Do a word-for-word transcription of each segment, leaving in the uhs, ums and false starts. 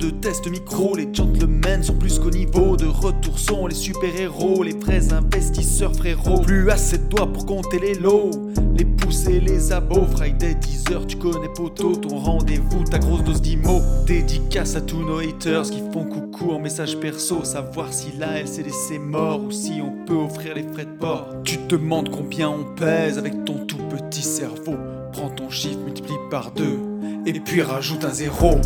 de test micro, les gentlemen sont plus qu'au niveau. De retour sont les super-héros, les vrais investisseurs frérot. Plus assez de doigts pour compter les lots, les pouces et les abos. Friday dix heures, tu connais poto, ton rendez-vous, ta grosse dose d'imo. Dédicace à tous nos haters qui font coucou en message perso. Savoir si la L C D c'est mort ou si on peut offrir les frais de port. Tu te demandes combien on pèse avec ton tout petit cerveau. Prends ton chiffre, multiplie par deux et puis rajoute un zéro.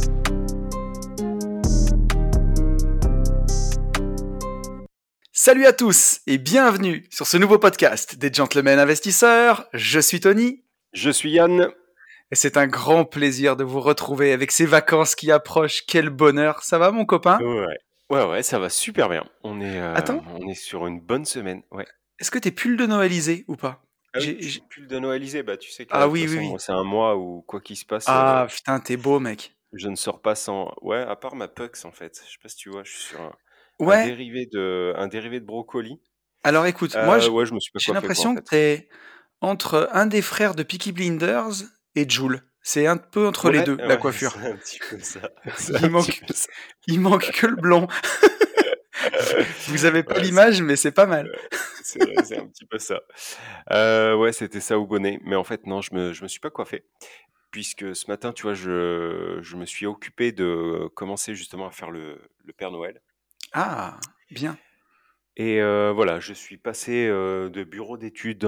Salut à tous et bienvenue sur ce nouveau podcast des Gentlemen Investisseurs. Je suis Tony. Je suis Yann. Et c'est un grand plaisir de vous retrouver avec ces vacances qui approchent. Quel bonheur. Ça va mon copain ? Ouais, ouais, ouais, ça va super bien. On est, euh, Attends. on est sur une bonne semaine. Ouais. Est-ce que t'es pull de Noëlisé ou pas ? Ah oui, J'ai- je j'ai- suis pull de Noëlisé. Bah, tu sais que Ah là, de oui, toute oui, façon, oui. moi, c'est un mois où, quoi qu'il se passe, Ah euh, putain, t'es beau mec. je ne sors pas sans. Ouais, à part ma Pux, en fait. Je sais pas si tu vois, je suis sur un, un Ouais, dérivé de, un dérivé de brocoli. alors écoute, moi Euh, j- ouais, je me suis pas j'ai coiffé, quoi, en l'impression que fait. t'es entre un des frères de Peaky Blinders et Jul. C'est un peu entre les Ouais, deux, la ouais, coiffure. c'est un petit peu ça. C'est Il un petit manque, peu ça. il manque que le blond. Vous avez pas Ouais, c'est l'image, mais c'est pas mal. c'est vrai, c'est un petit peu ça. Euh, ouais, c'était ça au bonnet. Mais en fait, non, je me, je me suis pas coiffé. Puisque ce matin, tu vois, je, je me suis occupé de commencer justement à faire le, le Père Noël. Ah, bien. Et euh, voilà, je suis passé euh, de bureau d'études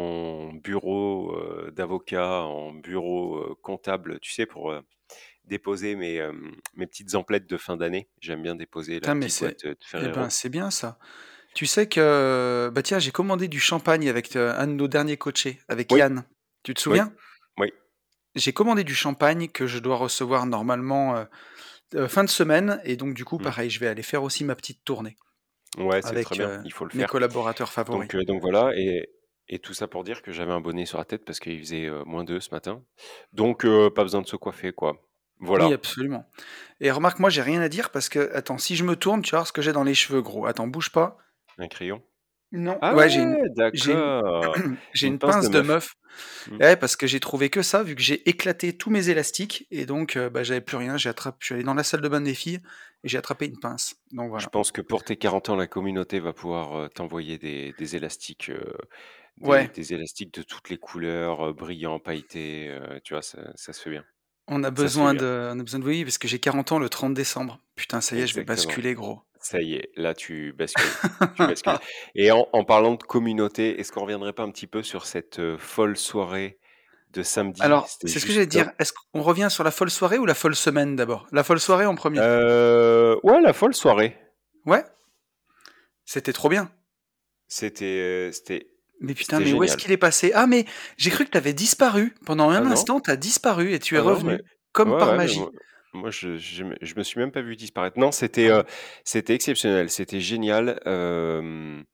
en bureau euh, d'avocat, en bureau euh, comptable, tu sais, pour euh, déposer mes, euh, mes petites emplettes de fin d'année. J'aime bien déposer la Putain, mais petite c'est, boîte euh, de eh ben, Ferrero. c'est bien ça. Tu sais que, bah tiens, j'ai commandé du champagne avec euh, un de nos derniers coachés, avec Oui, Yann. Tu te oui, souviens? oui. J'ai commandé du champagne que je dois recevoir normalement euh, euh, fin de semaine, et donc du coup, Mm. pareil, je vais aller faire aussi ma petite tournée Ouais, c'est très avec bien, euh, il faut le mes faire. collaborateurs favoris. Donc, euh, donc voilà, et, et tout ça pour dire que j'avais un bonnet sur la tête parce qu'il faisait euh, moins deux ce matin. Donc, euh, pas besoin de se coiffer, quoi. Oui, Voilà, absolument. Et remarque, moi, j'ai rien à dire parce que, attends, si je me tourne, tu vas voir ce que j'ai dans les cheveux, gros. Attends, bouge pas. un crayon. Non, Ah ouais, j'ai une, ouais, j'ai une, d'accord. j'ai Une une pince de pince de meuf. meuf. Hmm. Ouais, parce que j'ai trouvé que ça, vu que j'ai éclaté tous mes élastiques, et donc, euh, bah, j'avais plus rien. J'ai attrapé, je suis allé dans la salle de bain des filles, et j'ai attrapé une pince. Donc Je voilà. pense que pour tes quarante ans, la communauté va pouvoir euh, t'envoyer des, des élastiques, euh, des, Ouais, des élastiques de toutes les couleurs, euh, brillants, pailletés. Euh, tu vois, ça, ça se fait bien. on a Ça se fait besoin bien. de, on a besoin de oui, parce que j'ai quarante ans le trente décembre. Putain, ça y est, je vais Exactement. basculer, gros. Ça y est, là tu bascules. Tu bascules. Et en, en parlant de communauté, est-ce qu'on reviendrait pas un petit peu sur cette euh, folle soirée de samedi? Alors, C'était c'est ce que j'allais juste dire. top. Est-ce qu'on revient sur la folle soirée ou la folle semaine d'abord? La folle soirée en premier. Euh, ouais, la folle soirée. Ouais, c'était trop bien. C'était, euh, c'était, Mais putain, c'était mais où est-ce génial. qu'il est passé? Ah, mais j'ai cru que t'avais disparu. Pendant Ah un non? instant, t'as disparu et tu es Ah non, mais revenu. Comme ouais, par ouais, mais moi, magie. moi, je, je, me je me suis même pas vu disparaître. Non, c'était, Ah euh, bon? c'était exceptionnel, c'était génial. Euh,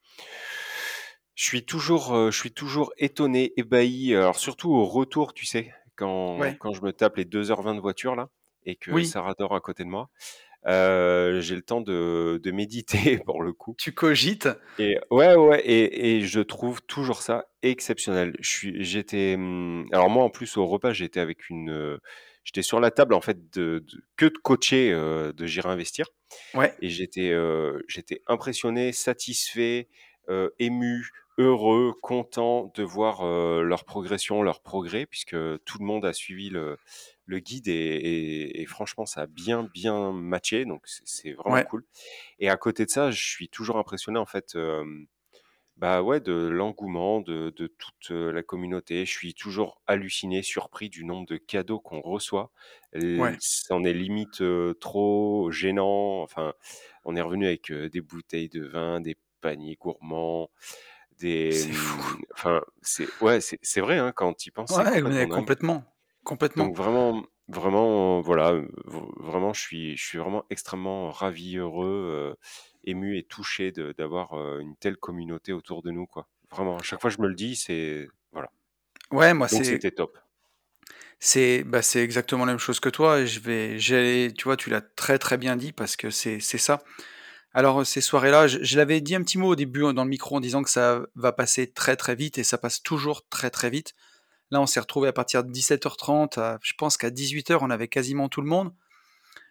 je suis toujours, euh, je suis toujours étonné, ébahi. Alors surtout au retour, tu sais, quand, Ouais. quand je me tape les deux heures vingt de voiture là et que Oui, Sarah dort à côté de moi, euh, j'ai le temps de, de méditer pour le coup. tu cogites. Et ouais, ouais, et, et je trouve toujours ça exceptionnel. Je suis, j'étais, hum, alors moi en plus au repas, j'étais avec une, euh, j'étais sur la table en fait de, de- que de coacher euh, de J'irai investir, Ouais, et j'étais, euh, j'étais impressionné, satisfait, euh, ému, heureux, content de voir euh, leur progression, leur progrès, puisque tout le monde a suivi le, le guide et, et- et franchement ça a bien bien matché, donc c'est c'est vraiment ouais. cool. Et à côté de ça, je suis toujours impressionné en fait. euh, bah ouais, de l'engouement de, de toute euh, la communauté. Je suis toujours halluciné, surpris du nombre de cadeaux qu'on reçoit. L- Ouais, C'en est limite euh, trop gênant. Enfin, on est revenu avec euh, des bouteilles de vin, des paniers gourmands, des. c'est fou. hum, Enfin, c'est ouais, c'est c'est vrai hein, quand tu y penses, c'est Ouais, mais complètement dingue. complètement, complètement. Donc vraiment, vraiment, euh, voilà, euh, v- vraiment, je suis, je suis vraiment extrêmement ravi, heureux, euh, ému et touché de- d'avoir euh, une telle communauté autour de nous, quoi. Vraiment, à chaque fois que je me le dis, c'est voilà. Ouais, moi Donc c'est, c'était top. c'est, bah c'est exactement la même chose que toi. Et je vais, j'ai, tu vois, tu l'as très très bien dit parce que c'est, c'est ça. Alors ces soirées-là, je, je l'avais dit un petit mot au début hein, dans le micro en disant que ça va passer très très vite et ça passe toujours très très vite. Là, on s'est retrouvé à partir de dix-sept heures trente. À- je pense qu'à dix-huit heures, on avait quasiment tout le monde.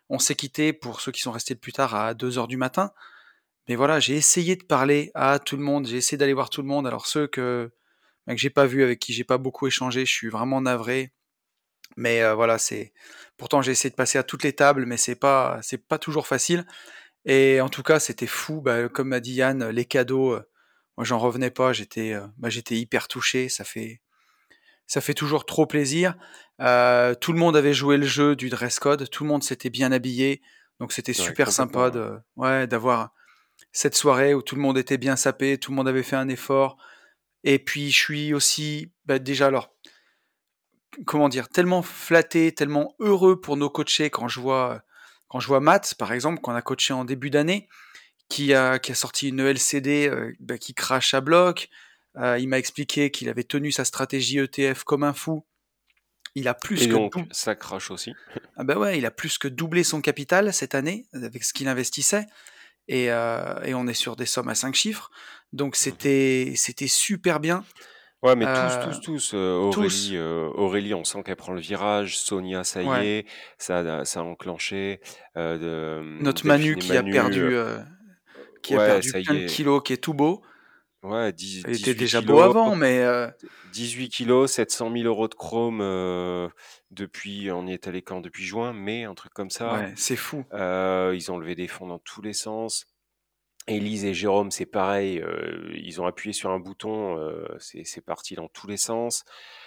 on s'est quitté pour ceux qui sont restés plus tard à deux heures du matin. Mais voilà, j'ai essayé de parler à tout le monde, j'ai essayé d'aller voir tout le monde. Alors ceux que, bah, que j'ai pas vus, avec qui j'ai pas beaucoup échangé, je suis vraiment navré. Mais euh, voilà, c'est. Pourtant, j'ai essayé de passer à toutes les tables, mais c'est pas, c'est pas toujours facile. Et en tout cas, c'était fou. Bah, comme m'a dit Yann, les cadeaux, euh, moi, j'en revenais pas. J'étais, euh, bah, j'étais hyper touché. Ça fait, ça fait toujours trop plaisir. Euh, tout le monde avait joué le jeu du dress code. Tout le monde s'était bien habillé. Donc, c'était Ouais, super complètement. sympa Ouais. de, ouais, d'avoir cette soirée où tout le monde était bien sapé, tout le monde avait fait un effort. Et puis, je suis aussi, bah, déjà, alors, comment dire, tellement flatté, tellement heureux pour nos coachés quand je vois, quand je vois Matt, par exemple, qu'on a coaché en début d'année, qui a, qui a sorti une E L C D euh, bah, qui crache à bloc. Euh, il m'a expliqué qu'il avait tenu sa stratégie E T F comme un fou. Il a plus Et que donc, dou- ça crache aussi. ah bah ouais, il a plus que doublé son capital cette année avec ce qu'il investissait. Et, euh, et on est sur des sommes à cinq chiffres. Donc Mhm. c'était c'était super bien. Ouais, mais tous, Euh, tous, tous. euh, Aurélie, tous, euh, Aurélie, on sent qu'elle prend le virage. Sonia, ça y ouais. est, ça, a- ça a enclenché. Euh, de- Notre Manu Delphine et qui a Manu, euh, perdu euh, qui a ouais, perdu ça y plein de est. kilos, qui est tout beau. Ouais, dix Il était dix-huit déjà beau kilos. avant, mais euh, dix-huit kilos, sept cent mille euros de chrome euh, depuis, on y est allé quand? Depuis juin, mai, un truc comme ça. ouais, c'est fou. Euh, ils ont levé des fonds dans tous les sens. Élise et Jérôme, c'est pareil. Euh, ils ont appuyé sur un bouton, euh, c'est c'est parti dans tous les sens.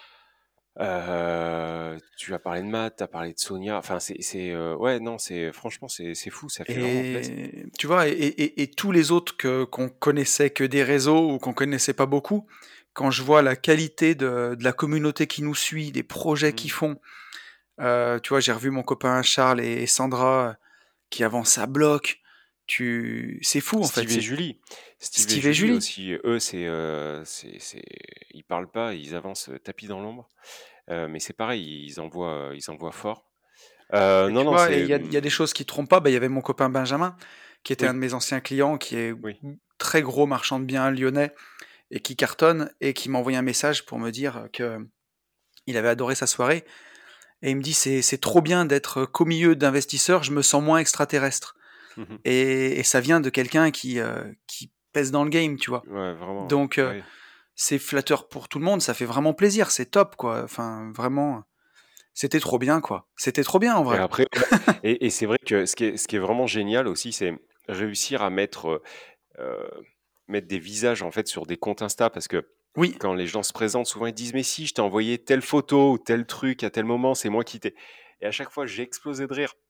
Euh, tu as parlé de Matt, tu as parlé de Sonia. Enfin, c'est, c'est, euh, ouais, non, c'est, franchement, c'est, c'est fou. Ça fait vraiment plaisir. Et tu vois, et, et- et tous les autres que qu'on connaissait que des réseaux ou qu'on connaissait pas beaucoup, quand je vois la qualité de, de la communauté qui nous suit, des projets qu'ils Mm. font, euh, tu vois, j'ai revu mon copain Charles et, et Sandra euh, qui avancent à bloc. Tu, c'est fou en fait. Steve et C'est Julie. Steve et Steve et Julie Julie. aussi, eux, c'est, euh, c'est, c'est, ils parlent pas, ils avancent euh, tapis dans l'ombre. Euh, mais c'est pareil, ils envoient, ils envoient fort. Euh, Et non, tu non, vois, et il c'est, y a, il y a des choses qui trompent pas. Bah, il y avait mon copain Benjamin, qui était un oui, de mes anciens clients, qui est oui. très gros marchand de biens lyonnais et qui cartonne et qui m'a envoyé un message pour me dire que il avait adoré sa soirée. Et il me dit c'est c'est trop bien d'être qu'au milieu d'investisseurs, je me sens moins extraterrestre. Mhm. Et, et ça vient de quelqu'un qui euh, qui pèse dans le game, tu vois. Ouais, vraiment, ouais. Donc euh, Ouais. c'est flatteur pour tout le monde, ça fait vraiment plaisir, c'est top quoi. Enfin vraiment, c'était trop bien quoi. C'était trop bien en Et vrai. après, ouais. Et, et c'est vrai que ce qui est, ce qui est vraiment génial aussi, c'est réussir à mettre, euh, mettre des visages en fait sur des comptes Insta parce que Oui, quand les gens se présentent, souvent ils disent mais si, je t'ai envoyé telle photo ou tel truc à tel moment, c'est moi qui t'ai. Et à chaque fois, j'ai explosé de rire.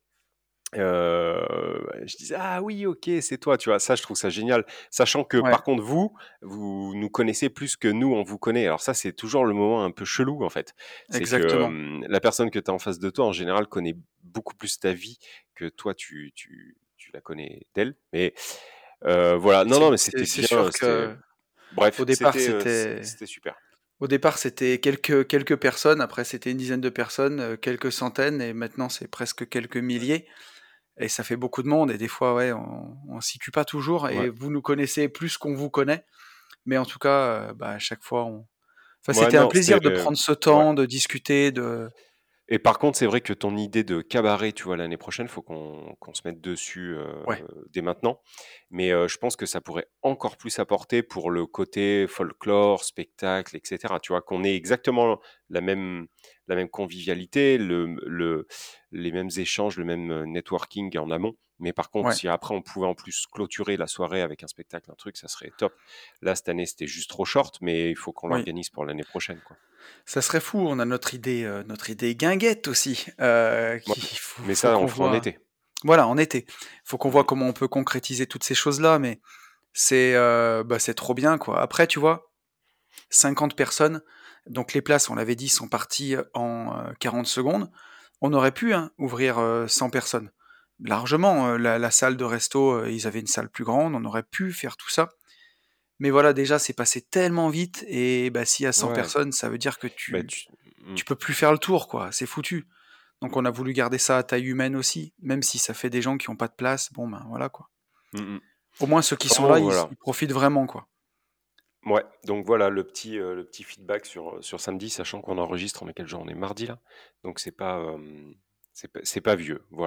Euh, je disais ah oui, ok, c'est toi, tu vois. Ça, je trouve ça génial, sachant que ouais, par contre vous, vous nous connaissez plus que nous on vous connaît. Alors ça, c'est toujours le moment un peu chelou en fait. C'est que exactement. hum, la personne que tu as en face de toi en général connaît beaucoup plus ta vie que toi tu tu tu la connais d'elle. Mais euh, voilà, non C'est non, mais c'est- c'était c'est bien, sûr c'était que bref, au départ c'était euh, c- c'était c'était super. au départ c'était quelques quelques personnes, après c'était une dizaine de personnes, euh, quelques centaines et maintenant c'est presque quelques milliers. Et ça fait beaucoup de monde, et des fois, ouais, on, on s'y tue pas toujours, et Ouais, vous nous connaissez plus qu'on vous connaît, mais en tout cas, euh, bah, à chaque fois, on... Enfin, ouais, c'était un non, c'était plaisir de euh, prendre ce ouais. temps, de discuter, de... Et par contre, c'est vrai que ton idée de cabaret, tu vois, l'année prochaine, faut qu'on qu'on se mette dessus euh, Ouais, dès maintenant. Mais euh, je pense que ça pourrait encore plus apporter pour le côté folklore, spectacle, et cetera. Tu vois, qu'on ait exactement la même, la même convivialité, le, le, les mêmes échanges, le même euh, networking en amont. Mais par contre, ouais, si après on pouvait en plus clôturer la soirée avec un spectacle, un truc, ça serait top. Là, cette année, c'était juste trop short, mais il faut qu'on oui. l'organise pour l'année prochaine, quoi. Ça serait fou, on a notre idée, euh, notre idée guinguette aussi, euh, Ouais. qu'il faut, Mais faut ça, on qu'on le fera en voit... été. Voilà, en été. Faut qu'on voit Mm. comment on peut concrétiser toutes ces choses-là, mais c'est euh, bah, c'est trop bien, quoi. Après, tu vois, cinquante personnes, donc les places, on l'avait dit, sont parties en euh, quarante secondes. On aurait pu hein, ouvrir euh, cent personnes. Largement, euh, la, la salle de resto, euh, ils avaient une salle plus grande, on aurait pu faire tout ça. Mais voilà, déjà, c'est passé tellement vite, et bah, s'il y a cent Ouais, personnes, ça veut dire que bah tu, tu mmh. tu peux plus faire le tour, quoi. C'est foutu. Donc on a voulu garder ça à taille humaine aussi, même si ça fait des gens qui ont pas de place. Bon ben voilà quoi. Mmh mh. Au moins ceux qui Enfin sont bon, là, ils, voilà. ils profitent vraiment quoi. Ouais, donc voilà le petit, heu, le petit feedback sur, heu, sur samedi, sachant qu'on enregistre, on est quel jour? On est mardi là? Donc c'est pas, hem, c'est pas c'est pas vieux, voilà.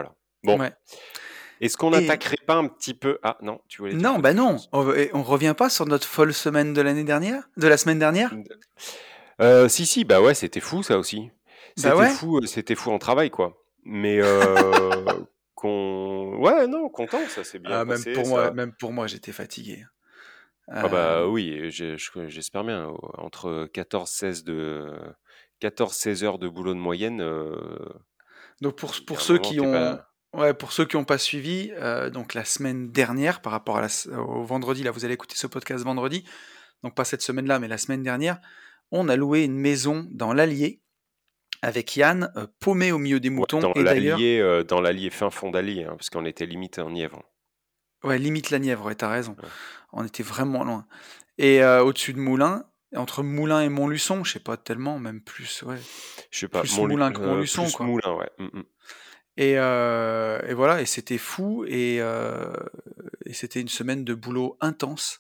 Bon, Ouais. est-ce qu'on Et n'attaquerait pas un petit peu... Ah non, tu voulais dire non, bah quelque non, chose. on, et on revient pas sur notre folle semaine de l'année dernière, de la semaine dernière? Euh, si, si, bah ouais, c'était fou ça aussi. Bah C'était ouais. fou, euh, c'était fou en travail, quoi. Mais euh, qu'on... Ouais, non, content, ça s'est bien Ah, même passé, pour moi, ça... même pour moi, j'étais fatigué. Ah Euh, bah oui, j'ai- je- j'espère bien. euh, Entre quatorze seize de... quatorze seize heures de boulot de moyenne, euh, donc pour, il y a pour un ceux moment, qui t'es ont, pas... ouais, pour ceux qui ont pas suivi, euh, donc la semaine dernière, par rapport à la s- au vendredi, là, vous allez écouter ce podcast vendredi, donc pas cette semaine-là, mais la semaine dernière, on a loué une maison dans l'Allier avec Yann, euh, paumé au milieu des Ouais, moutons, dans et d'ailleurs, l'Allier, euh, dans l'Allier fin fond d'Allier, hein, parce qu'on était limite en Nièvre. ouais, limite la Nièvre, ouais, t'as raison, Ouais. on était vraiment loin. Et euh, au-dessus de Moulins, entre Moulins et Montluçon, je sais pas tellement, même plus, ouais, Je sais pas, plus Montlu- Moulins que euh, Montluçon, plus quoi. Moulin, ouais. Mm, mm. Et, euh, et voilà, et c'était fou, et, euh, et c'était une semaine de boulot intense.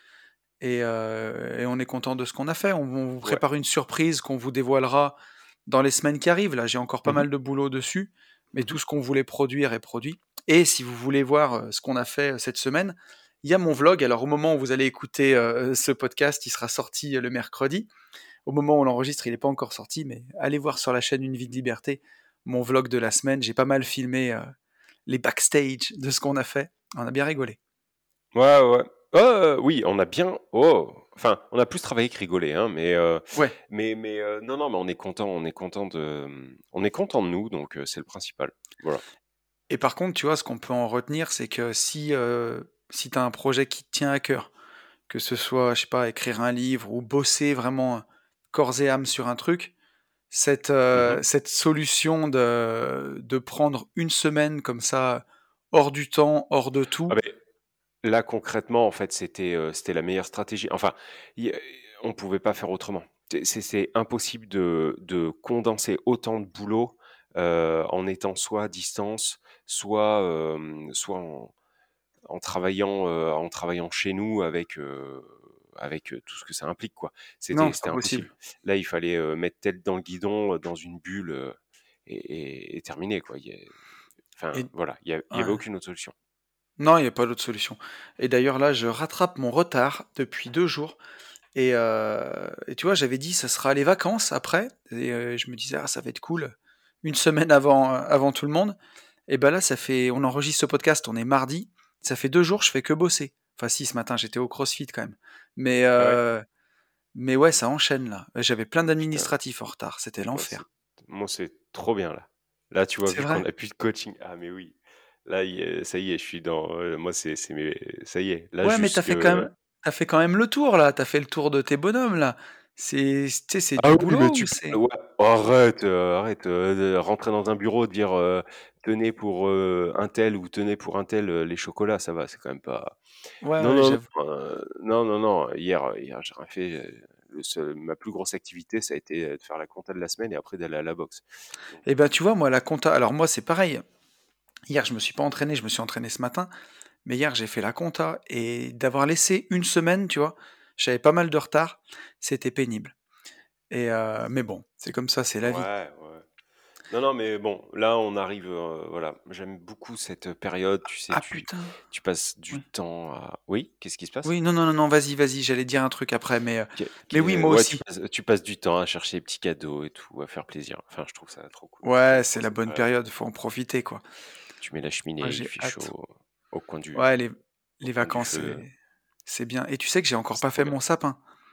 Et, euh, et on est content de ce qu'on a fait. On, on vous Ouais. prépare une surprise qu'on vous dévoilera dans les semaines qui arrivent. Là, j'ai encore pas Mhm, mal de boulot dessus, mais mhm. tout ce qu'on voulait produire est produit. Et si vous voulez voir euh, ce qu'on a fait euh, cette semaine, il y a mon vlog. Alors, au moment où vous allez écouter euh, ce podcast, il sera sorti euh, le mercredi. Au moment où on l'enregistre, il n'est pas encore sorti, mais allez voir sur la chaîne Une vie de liberté mon vlog de la semaine. J'ai pas mal filmé euh, les backstage de ce qu'on a fait. On a bien rigolé. Ouais, ouais. Euh, oui, on a bien. Oh, enfin, on a plus travaillé que rigolé, hein, mais, euh, Ouais. mais, mais euh, non, non, mais on est content, on est content de, on est content de nous, donc euh, c'est le principal. Voilà. Et par contre, tu vois, ce qu'on peut en retenir, c'est que si, euh, si tu as un projet qui te tient à cœur, que ce soit, je sais pas, écrire un livre ou bosser vraiment corps et âme sur un truc, cette, Mhm. euh, cette solution de, de prendre une semaine comme ça, hors du temps, hors de Ah tout, ben, là, concrètement, en fait, c'était, euh, c'était la meilleure stratégie. Enfin, y- on pouvait pas faire autrement. C'est, c'est- c'est impossible de, de condenser autant de boulot euh, en étant soit à distance, soit, euh, soit en, en travaillant, euh, en travaillant chez nous avec, euh, avec euh, tout ce que ça implique, quoi. non, C'était, c'est pas c'était impossible. possible. Là, il fallait euh, mettre tête dans le guidon, euh, dans une bulle, euh, et, et- et terminer, quoi. Il y a- Enfin, Et, voilà, il y, a- il y avait ouais. aucune autre solution. Non, il n'y a pas d'autre solution. Et d'ailleurs, là, je rattrape mon retard depuis deux jours. Et, euh, et tu vois, j'avais dit, ça sera les vacances après. Et euh, je me disais, ah, ça va être cool. Une semaine avant, avant tout le monde. Et ben là, ça fait, on enregistre ce podcast, on est mardi. Ça fait deux jours, je fais que bosser. Enfin, si, ce matin, j'étais au CrossFit quand même. Mais, Ah ouais, euh, mais ouais, ça enchaîne là. J'avais plein putain. d'administratifs en retard. C'était Moi, c'est, l'enfer. moi, c'est trop bien là. Là, tu vois, C'est vu vrai? qu'on a plus de coaching. Ah, mais oui. Là, il y a- ça y est, je suis dans. euh, moi, c'est, c'est mes- ça y est. Là, Ouais, mais t'as jusque. fait quand même, t'as fait quand même le tour là. T'as fait le tour de tes bonhommes là. C'est, tu sais, c'est Ah du oui, mais boulot ou tu peux. c'est. Ouais. Arrête, euh, arrête. euh, de rentrer dans un bureau, dire euh, tenez pour euh, un tel ou tenez pour un tel euh, les chocolats, ça va, c'est quand même pas. Ouais, Non, ouais, non, j'avoue. non, euh, non, non, non. Hier, hier, j'ai rien fait. euh, Le seul- ma plus grosse activité, ça a été euh, de faire la compta de la semaine et après d'aller à la boxe. Donc, Et euh, ben, tu vois, moi, la compta. Alors moi, c'est pareil. Hier, je me suis pas entraîné. Je me suis entraîné ce matin. Mais hier, j'ai fait la compta et d'avoir laissé une semaine, tu vois, j'avais pas mal de retard, c'était pénible. Et euh, mais bon, c'est comme ça, c'est la vie. ouais, ouais. Non, non, mais bon, là, on arrive, euh, voilà. J'aime beaucoup cette période, tu sais, Ah tu, putain. tu passes du Oui. temps à... Oui, qu'est-ce qui se passe? Oui, non, non, non, non, vas-y, vas-y, j'allais dire un truc après, mais, euh, Que- mais oui, que- moi ouais, tu aussi. passes, tu passes du temps à chercher des petits cadeaux et tout, à faire plaisir. Enfin, je trouve ça trop cool. Ouais, J'aime c'est trop la cette bonne période. période, faut en profiter, quoi. Tu mets la Moi, cheminée, il j'ai fait hâte. chaud au coin du, Ouais, les, au les coin du vacances, feu. c'est, c'est bien. Et tu sais que j'ai encore C'est pas trop fait bien. mon sapin.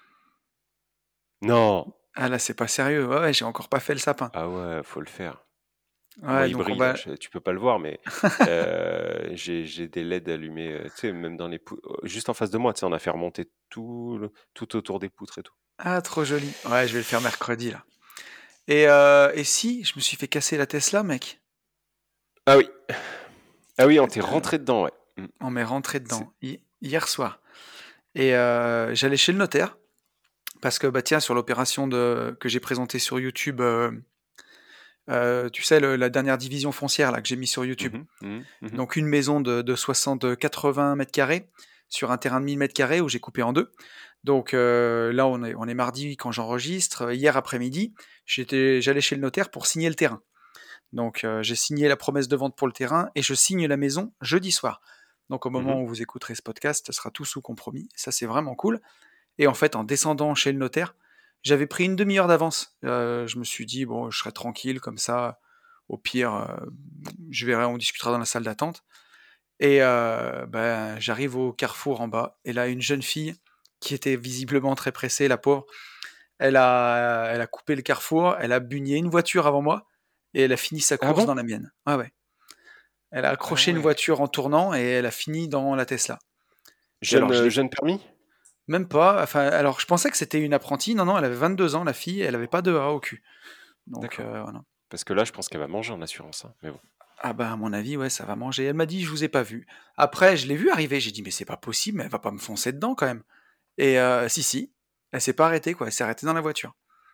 Non! Ah là, c'est pas sérieux. Ouais, ouais, j'ai encore pas fait le sapin. Ah ouais, faut le faire. Moi, Ouais, il donc on brille là, va. je- tu peux pas le voir, mais euh, j'ai j'ai des L E D allumés, euh, tu sais, même dans les pou- euh, juste en face de moi, tu sais, on a fait remonter tout, le- tout autour des poutres et tout. Ah, trop joli. Ouais, je vais le faire mercredi, là. Et, euh, et si, je me suis fait casser la Tesla, mec. Ah oui, ah oui, on t'est Je- rentré dedans, ouais. Mm. On m'est rentré C'est- dedans hi- hier soir. Et euh, j'allais chez le notaire parce que bah tiens sur l'opération de que j'ai présentée sur YouTube, euh, euh, tu sais le- la dernière division foncière là que j'ai mis sur YouTube. Mhm, mhm, mhm. Donc une maison de, de soixante quatre-vingts mètres carrés sur un terrain de mille mètres carrés où j'ai coupé en deux. Donc euh, là on est on est mardi quand j'enregistre. Hier après-midi j'étais j'allais chez le notaire pour signer le terrain. Donc euh, j'ai signé la promesse de vente pour le terrain et je signe la maison jeudi soir. Donc au moment Mhm. où vous écouterez ce podcast, ce sera tout sous compromis. Ça c'est vraiment cool. Et en fait, en descendant chez le notaire, j'avais pris une demi-heure d'avance. Euh, je me suis dit, bon, je serai tranquille comme ça. Au pire, euh, je verrai, on discutera dans la salle d'attente. Et euh, ben, j'arrive au carrefour en bas. Et là, une jeune fille qui était visiblement très pressée, la pauvre, elle a, elle a coupé le carrefour, elle a bugné une voiture avant moi et elle a fini sa Ah course bon? dans la mienne. Ouais, ouais. Elle a Ah accroché une ouais. voiture en tournant et elle a fini dans la Tesla. Puis Jeune, alors, je euh, l'ai jeune permis? même pas. Enfin, alors, je pensais que c'était une apprentie. Non, non, elle avait vingt-deux ans, la fille, et elle avait pas de A au cul. Donc, D'accord. euh, voilà. Parce que là, je pense qu'elle va manger en assurance, hein, mais bon. Ah bah, à mon avis, ouais, ça va manger. Elle m'a dit, je vous ai pas vu. Après, je l'ai vu arriver. J'ai dit, mais c'est pas possible, mais elle va pas me foncer dedans quand même. Et euh, si, si. Elle s'est pas arrêtée, quoi. Elle s'est arrêtée dans la voiture.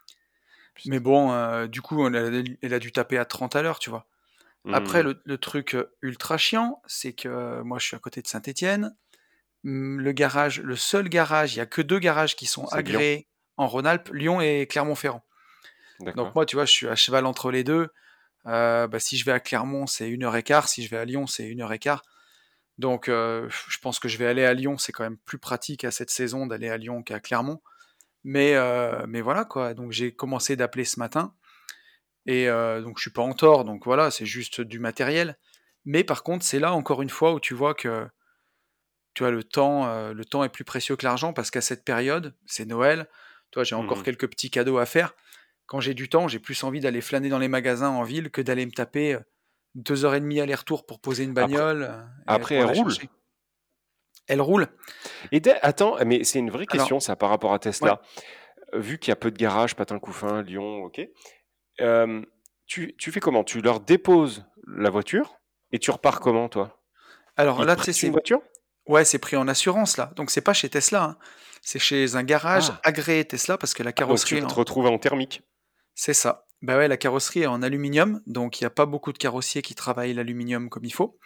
Mais Putain. bon, euh, du coup, elle a, elle a dû taper à trente à l'heure, tu vois. Après, Mhm. le, le truc euh, ultra chiant, c'est que euh, moi, je suis à côté de Saint-Étienne. Hum, Le garage, le seul garage, il y a que deux garages qui sont C'est Lyon. agréés en Rhône-Alpes, Lyon et Clermont-Ferrand. Donc D'accord. moi, tu vois, je suis à cheval entre les deux. Euh, bah, si je vais à Clermont, c'est une heure et quart. Si je vais à Lyon, c'est une heure et quart. Donc euh, je pense que je vais aller à Lyon. C'est quand même plus pratique à cette saison d'aller à Lyon qu'à Clermont. Mais, euh, mais voilà quoi. Donc j'ai commencé d'appeler ce matin. Et euh, donc je suis pas en tort. Donc voilà, c'est juste du matériel. Mais par contre, c'est là encore une fois où tu vois que tu vois, le temps, euh, le temps est plus précieux que l'argent parce qu'à cette période, c'est Noël. Toi, j'ai encore Mhm. quelques petits cadeaux à faire. Quand j'ai du temps, j'ai plus envie d'aller flâner dans les magasins en ville que d'aller me taper euh, deux heures et demie aller-retour pour poser une Après, bagnole euh, et après, pour elle la roule. chercher. Elle roule. Et dès- attends, mais c'est une vraie Alors, question, ça, par rapport à ouais. Tesla. Euh, Vu qu'il y a peu de garages, Patin-Couffin, Lyon, ok. Euh, tu, tu fais comment? Tu leur déposes la voiture et tu repars comment, toi? Alors Ils te là, tu sais, prêtent une c'est voiture? ouais, c'est pris en assurance là. Donc c'est pas chez Tesla, hein. C'est chez un garage Ah. agréé Tesla parce que la Ah, donc tu carrosserie est vas te en... retrouver en thermique. C'est ça. Bah ouais, la carrosserie est en aluminium, donc il n'y a pas beaucoup de carrossiers qui travaillent l'aluminium comme il faut.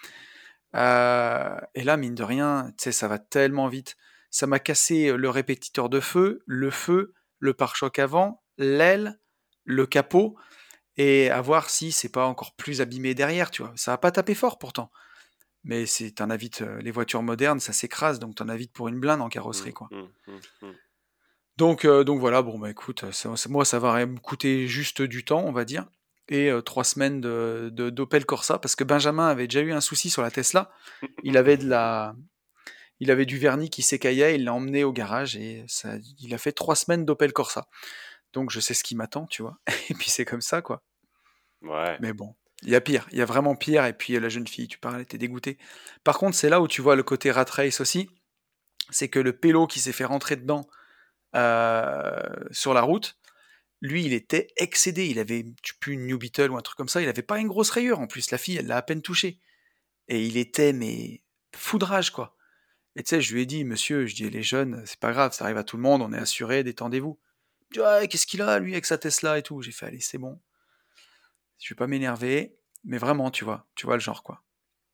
Euh, et là, mine de rien, tu sais, ça va tellement vite. Ça m'a cassé euh, le répétiteur de feu, le feu, le pare-choc avant, l'aile, le capot, et à voir si c'est pas encore plus abîmé derrière, tu vois. Ça va pas taper fort pourtant. Mais c'est, t'en as vite, euh, les voitures modernes, ça s'écrase, donc t'en as vite pour une blinde en carrosserie, Hum, quoi. hum, hum, hum. Donc, euh, donc voilà, bon bah écoute, ça- ça- moi ça va me coûter juste du temps, on va dire, et euh, trois semaines de, de- d'Opel Corsa, parce que Benjamin avait déjà eu un souci sur la Tesla. Il avait de la, il avait du vernis qui s'écaillait, il l'a emmené au garage et ça, il a fait trois semaines d'Opel Corsa. Donc je sais ce qui m'attend, tu vois. Et puis c'est comme ça, quoi. Ouais. Mais bon, il y a pire, il y a vraiment pire. Et puis la jeune fille, tu parles, elle était dégoûtée. Par contre, c'est là où tu vois le côté rat race aussi, c'est que le pélo qui s'est fait rentrer dedans euh, sur la route, lui, il était excédé. Il avait, tu sais plus une New Beetle ou un truc comme ça. Il avait pas une grosse rayure en plus. La fille, elle l'a à peine touché. Et il était mais foudrage, quoi. Et tu sais, je lui ai dit, monsieur, je dis, les jeunes, c'est pas grave, ça arrive à tout le monde, on est assuré, détendez-vous. Il dit, ouais, qu'est-ce qu'il a, lui, avec sa Tesla et tout. J'ai fait, allez, c'est bon, je vais pas m'énerver, mais vraiment, tu vois, tu vois le genre, quoi.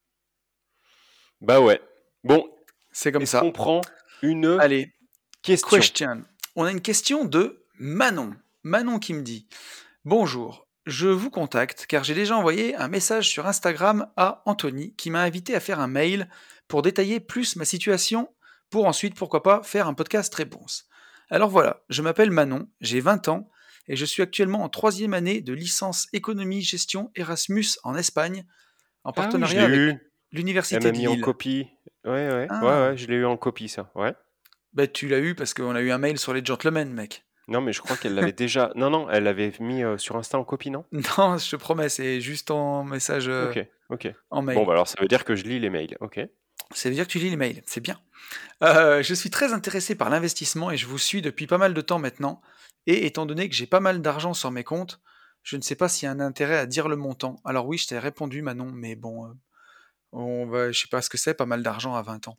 Bah ouais. Bon, C'est comme est-ce qu'on ça. prend une Allez, question? question. On a une question de Manon. Manon qui me dit, bonjour, je vous contacte car j'ai déjà envoyé un message sur Instagram à Anthony qui m'a invité à faire un mail pour détailler plus ma situation pour ensuite, pourquoi pas, faire un podcast réponse. Alors voilà, je m'appelle Manon, j'ai vingt ans et je suis actuellement en troisième année de licence économie gestion Erasmus en Espagne en Ah oui, je l'ai partenariat avec eu. Elle l'université m'a de mis en Lille. copie. Ouais, ouais, ouais, Ah, ouais, je l'ai eu en copie, ça. Ouais. bah tu l'as eu parce qu'on a eu un mail sur les gentlemen, mec. Non, mais je crois qu'elle l'avait déjà. Non, non, elle l'avait mis euh, sur Insta en copie, non? Non, je te promets, c'est juste en message euh, Ok, ok. en Bon, mail. bah alors ça veut dire que je lis les mails. Ok. Ça veut dire que tu lis les mails, c'est bien. Euh, je suis très intéressé par l'investissement et je vous suis depuis pas mal de temps maintenant. Et étant donné que j'ai pas mal d'argent sur mes comptes, je ne sais pas s'il y a un intérêt à dire le montant. Alors oui, je t'ai répondu, Manon, mais bon, euh, on va, je sais pas ce que c'est, pas mal d'argent à vingt ans.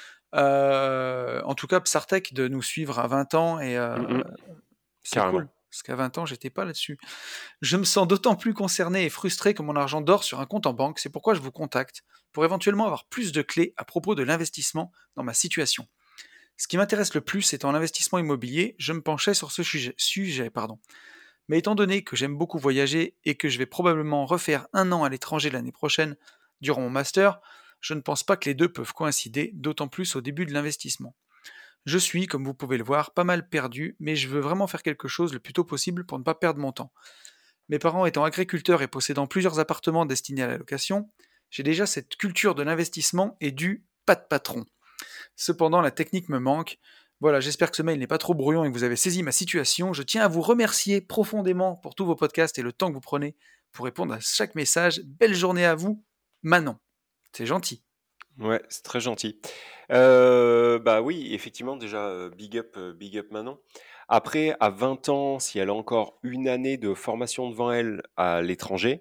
Euh, en tout cas, Psartec de nous suivre à vingt ans et euh, Mm, mm, c'est carrément. cool. Parce qu'à vingt ans, j'étais pas là-dessus. Je me sens d'autant plus concerné et frustré que mon argent dort sur un compte en banque. C'est pourquoi je vous contacte pour éventuellement avoir plus de clés à propos de l'investissement dans ma situation. Ce qui m'intéresse le plus étant l'investissement immobilier, je me penchais sur ce sujet. sujet pardon. Mais étant donné que j'aime beaucoup voyager et que je vais probablement refaire un an à l'étranger l'année prochaine durant mon master, je ne pense pas que les deux peuvent coïncider, d'autant plus au début de l'investissement. Je suis, comme vous pouvez le voir, pas mal perdu, mais je veux vraiment faire quelque chose le plus tôt possible pour ne pas perdre mon temps. Mes parents étant agriculteurs et possédant plusieurs appartements destinés à la location, j'ai déjà cette culture de l'investissement et du pas de patron. Cependant, la technique me manque. Voilà, j'espère que ce mail n'est pas trop brouillon et que vous avez saisi ma situation. Je tiens à vous remercier profondément pour tous vos podcasts et le temps que vous prenez pour répondre à chaque message. Belle journée à vous, Manon. C'est gentil. Ouais, c'est très gentil. Euh, bah oui, effectivement, déjà, euh, big up, euh, big up Manon. Après, à vingt ans, si elle a encore une année de formation devant elle à l'étranger,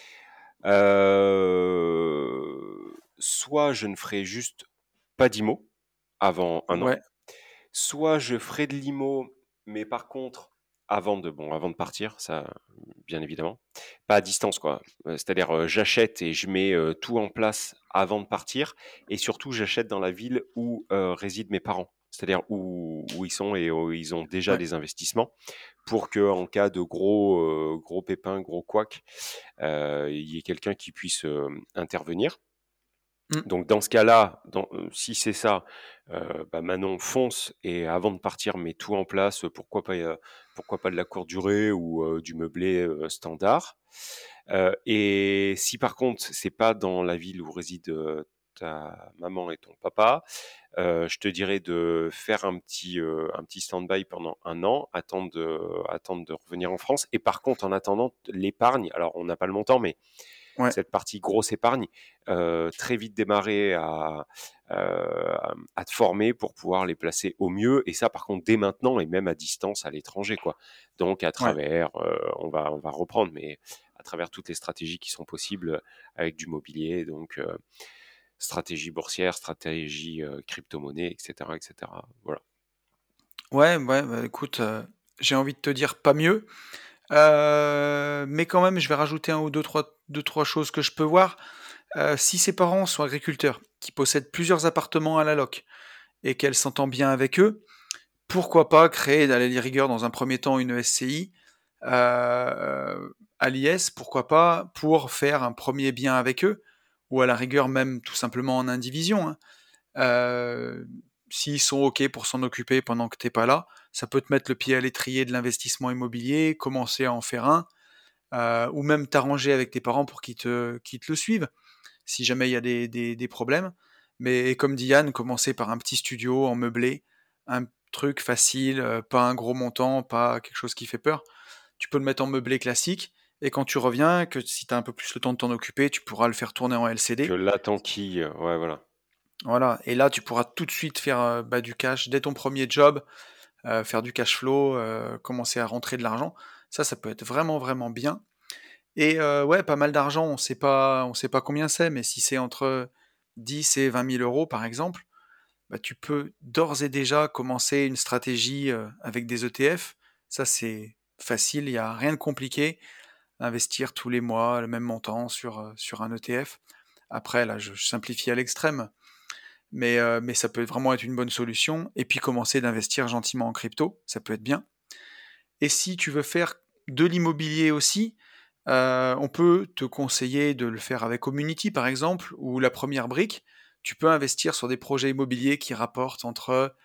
euh, soit je ne ferai juste pas d'I M O avant un an, Ouais, soit je ferai de l'I M O, mais par contre, avant de, bon, avant de partir, ça, bien évidemment, pas à distance, quoi. Euh, C'est-à-dire, euh, j'achète et je mets euh, tout en place avant de partir, et surtout, j'achète dans la ville où euh, résident mes parents, c'est-à-dire où, où ils sont et où ils ont déjà ouais, des investissements, pour que en cas de gros, euh, gros pépins, gros couac, euh, il y ait quelqu'un qui puisse euh, intervenir. mm, Donc dans ce cas-là, dans- euh, si c'est ça, euh, bah, Manon fonce et avant de partir, met tout en place. Pourquoi pas, euh, pourquoi pas de la courte durée ou euh, du meublé euh, standard. Euh, et si par contre c'est pas dans la ville où réside euh, ta maman et ton papa, euh, je te dirais de faire un petit euh, un petit stand-by pendant un an, attendre de, attendre de revenir en France. Et par contre, en attendant, l'épargne, alors on n'a pas le montant, mais ouais, cette partie grosse épargne, euh, très vite démarrer à, euh, à te former pour pouvoir les placer au mieux. Et ça, par contre, dès maintenant et même à distance à l'étranger, quoi. Donc, à ouais. travers, euh, on va, on va reprendre, mais à travers toutes les stratégies qui sont possibles avec du mobilier, donc euh, stratégie boursière, stratégie euh, crypto-monnaie, et cetera, et cetera. Voilà. Ouais, ouais, bah, écoute, euh, j'ai envie de te dire pas mieux. Euh, mais quand même, je vais rajouter un ou deux, trois, deux, trois choses que je peux voir. Euh, si ses parents sont agriculteurs, qui possèdent plusieurs appartements à la loc, et qu'elle s'entend bien avec eux, pourquoi pas créer, à la rigueur, dans un premier temps, une S C I euh, à l'I S, pourquoi pas, pour faire un premier bien avec eux, ou à la rigueur même tout simplement en indivision, hein. Euh, S'ils sont OK pour s'en occuper pendant que t'es pas là, ça peut te mettre le pied à l'étrier de l'investissement immobilier, commencer à en faire un, euh, ou même t'arranger avec tes parents pour qu'ils te, qu'ils te le suivent, si jamais il y a des, des, des problèmes. Mais comme dit Yann, commencer par un petit studio en meublé, un truc facile, euh, pas un gros montant, pas quelque chose qui fait peur. Tu peux le mettre en meublé classique, et quand tu reviens, que si tu as un peu plus le temps de t'en occuper, tu pourras le faire tourner en Que L C D. là, tant qui, euh, ouais, voilà. Voilà, et là tu pourras tout de suite faire euh, bah, du cash dès ton premier job, euh, faire du cash flow, euh, commencer à rentrer de l'argent. Ça, ça peut être vraiment vraiment bien. Et euh, ouais, pas mal d'argent, on sait pas, on sait pas combien c'est, mais si c'est entre dix et vingt mille euros par exemple, bah, tu peux d'ores et déjà commencer une stratégie euh, avec des E T F. Ça, c'est facile, il n'y a rien de compliqué. Investir tous les mois le même montant sur, euh, sur un E T F. Après, là, je, je simplifie à l'extrême, mais, euh, mais ça peut vraiment être une bonne solution. Et puis commencer d'investir gentiment en crypto, ça peut être bien. Et si tu veux faire de l'immobilier aussi, euh, on peut te conseiller de le faire avec Community par exemple, ou la première brique. Tu peux investir sur des projets immobiliers qui rapportent entre,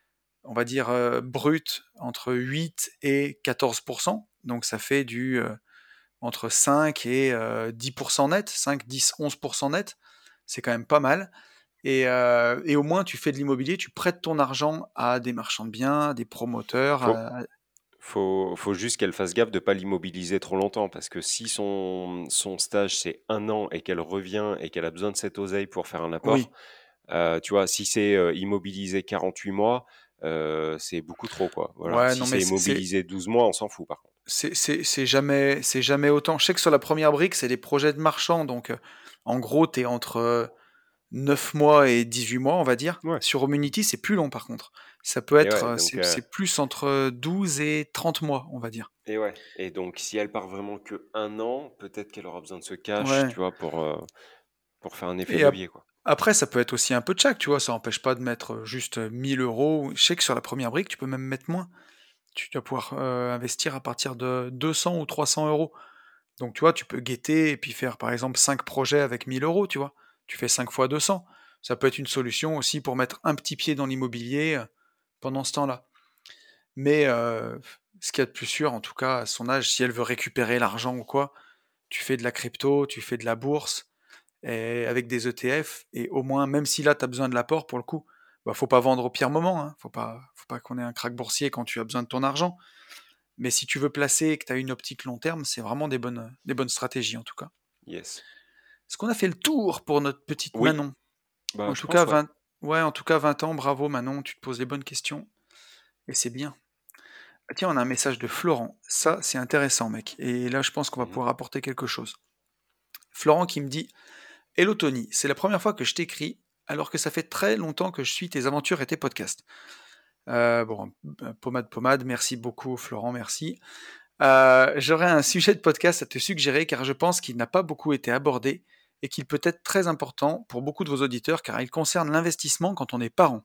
on va dire, euh, brut, entre huit et quatorze pour cent. Donc ça fait du euh, entre cinq et euh, dix pour cent net, cinq, dix, onze pour cent net. C'est quand même pas mal. Et, euh, et au moins, tu fais de l'immobilier, tu prêtes ton argent à des marchands de biens, des promoteurs. Faut, à- Faut, faut juste qu'elle fasse gaffe de pas l'immobiliser trop longtemps, parce que si son, son stage c'est un an et qu'elle revient et qu'elle a besoin de cette oseille pour faire un apport, Oui, euh, tu vois, si c'est euh, immobilisé quarante-huit mois, euh, c'est beaucoup trop, quoi. Voilà. ouais, Si non, mais c'est c'est c'est- immobilisé douze mois, on s'en fout, par contre. c'est- c'est- c'est jamais, c'est jamais autant. Je sais que sur la première brique, c'est des projets de marchands. Donc, euh, en gros, tu es entre euh, neuf mois et dix-huit mois, on va dire. Ouais. Sur Community, c'est plus long, par contre. Ça peut Et être, ouais, euh, donc, c'est euh, c'est plus entre douze et trente mois, on va dire. et ouais. Et donc, si elle part vraiment que un an, peut-être qu'elle aura besoin de ce cash, Ouais. tu vois, pour, euh, pour faire un effet de Et ap- levier, quoi. après, ça peut être aussi un peu de chaque, tu vois. Ça n'empêche pas de mettre euh, juste euh, mille euros. Je sais que sur la première brique, tu peux même mettre moins. Tu dois pouvoir, heu, investir à partir de deux cents ou trois cents euros. Donc tu vois, tu peux guetter et puis faire, par exemple, cinq projets avec mille euros, tu vois? Tu fais cinq fois deux cents. Ça peut être une solution aussi pour mettre un petit pied dans l'immobilier, heu, pendant ce temps-là. Mais, heu, ce qu'il y a de plus sûr, en tout cas, à son âge, si elle veut récupérer l'argent ou quoi, tu fais de la crypto, tu fais de la bourse et avec des E T F et au moins, même si là, tu as besoin de l'apport pour le coup, bah, faut pas vendre au pire moment, hein. Faut pas faut pas qu'on ait un krach boursier quand tu as besoin de ton argent. Mais si tu veux placer et que tu as une optique long terme, c'est vraiment des bonnes, des bonnes stratégies en tout cas. Yes. Est-ce qu'on a fait le tour pour notre petite Oui, Manon? bah, En je tout cas, pense, ouais. vingt, ouais, en tout cas, vingt ans, bravo Manon, tu te poses les bonnes questions et c'est bien. Ah, tiens, on a un message de Florent. Ça, c'est intéressant, mec. Et là, je pense qu'on va Mmh. pouvoir apporter quelque chose. Florent qui me dit: Hello Tony, c'est la première fois que je t'écris, alors que ça fait très longtemps que je suis tes aventures et tes podcasts. Euh, bon, euh, pommade, pommade, merci beaucoup Florent, merci. Euh, J'aurais un sujet de podcast à te suggérer car je pense qu'il n'a pas beaucoup été abordé et qu'il peut être très important pour beaucoup de vos auditeurs car il concerne l'investissement quand on est parent.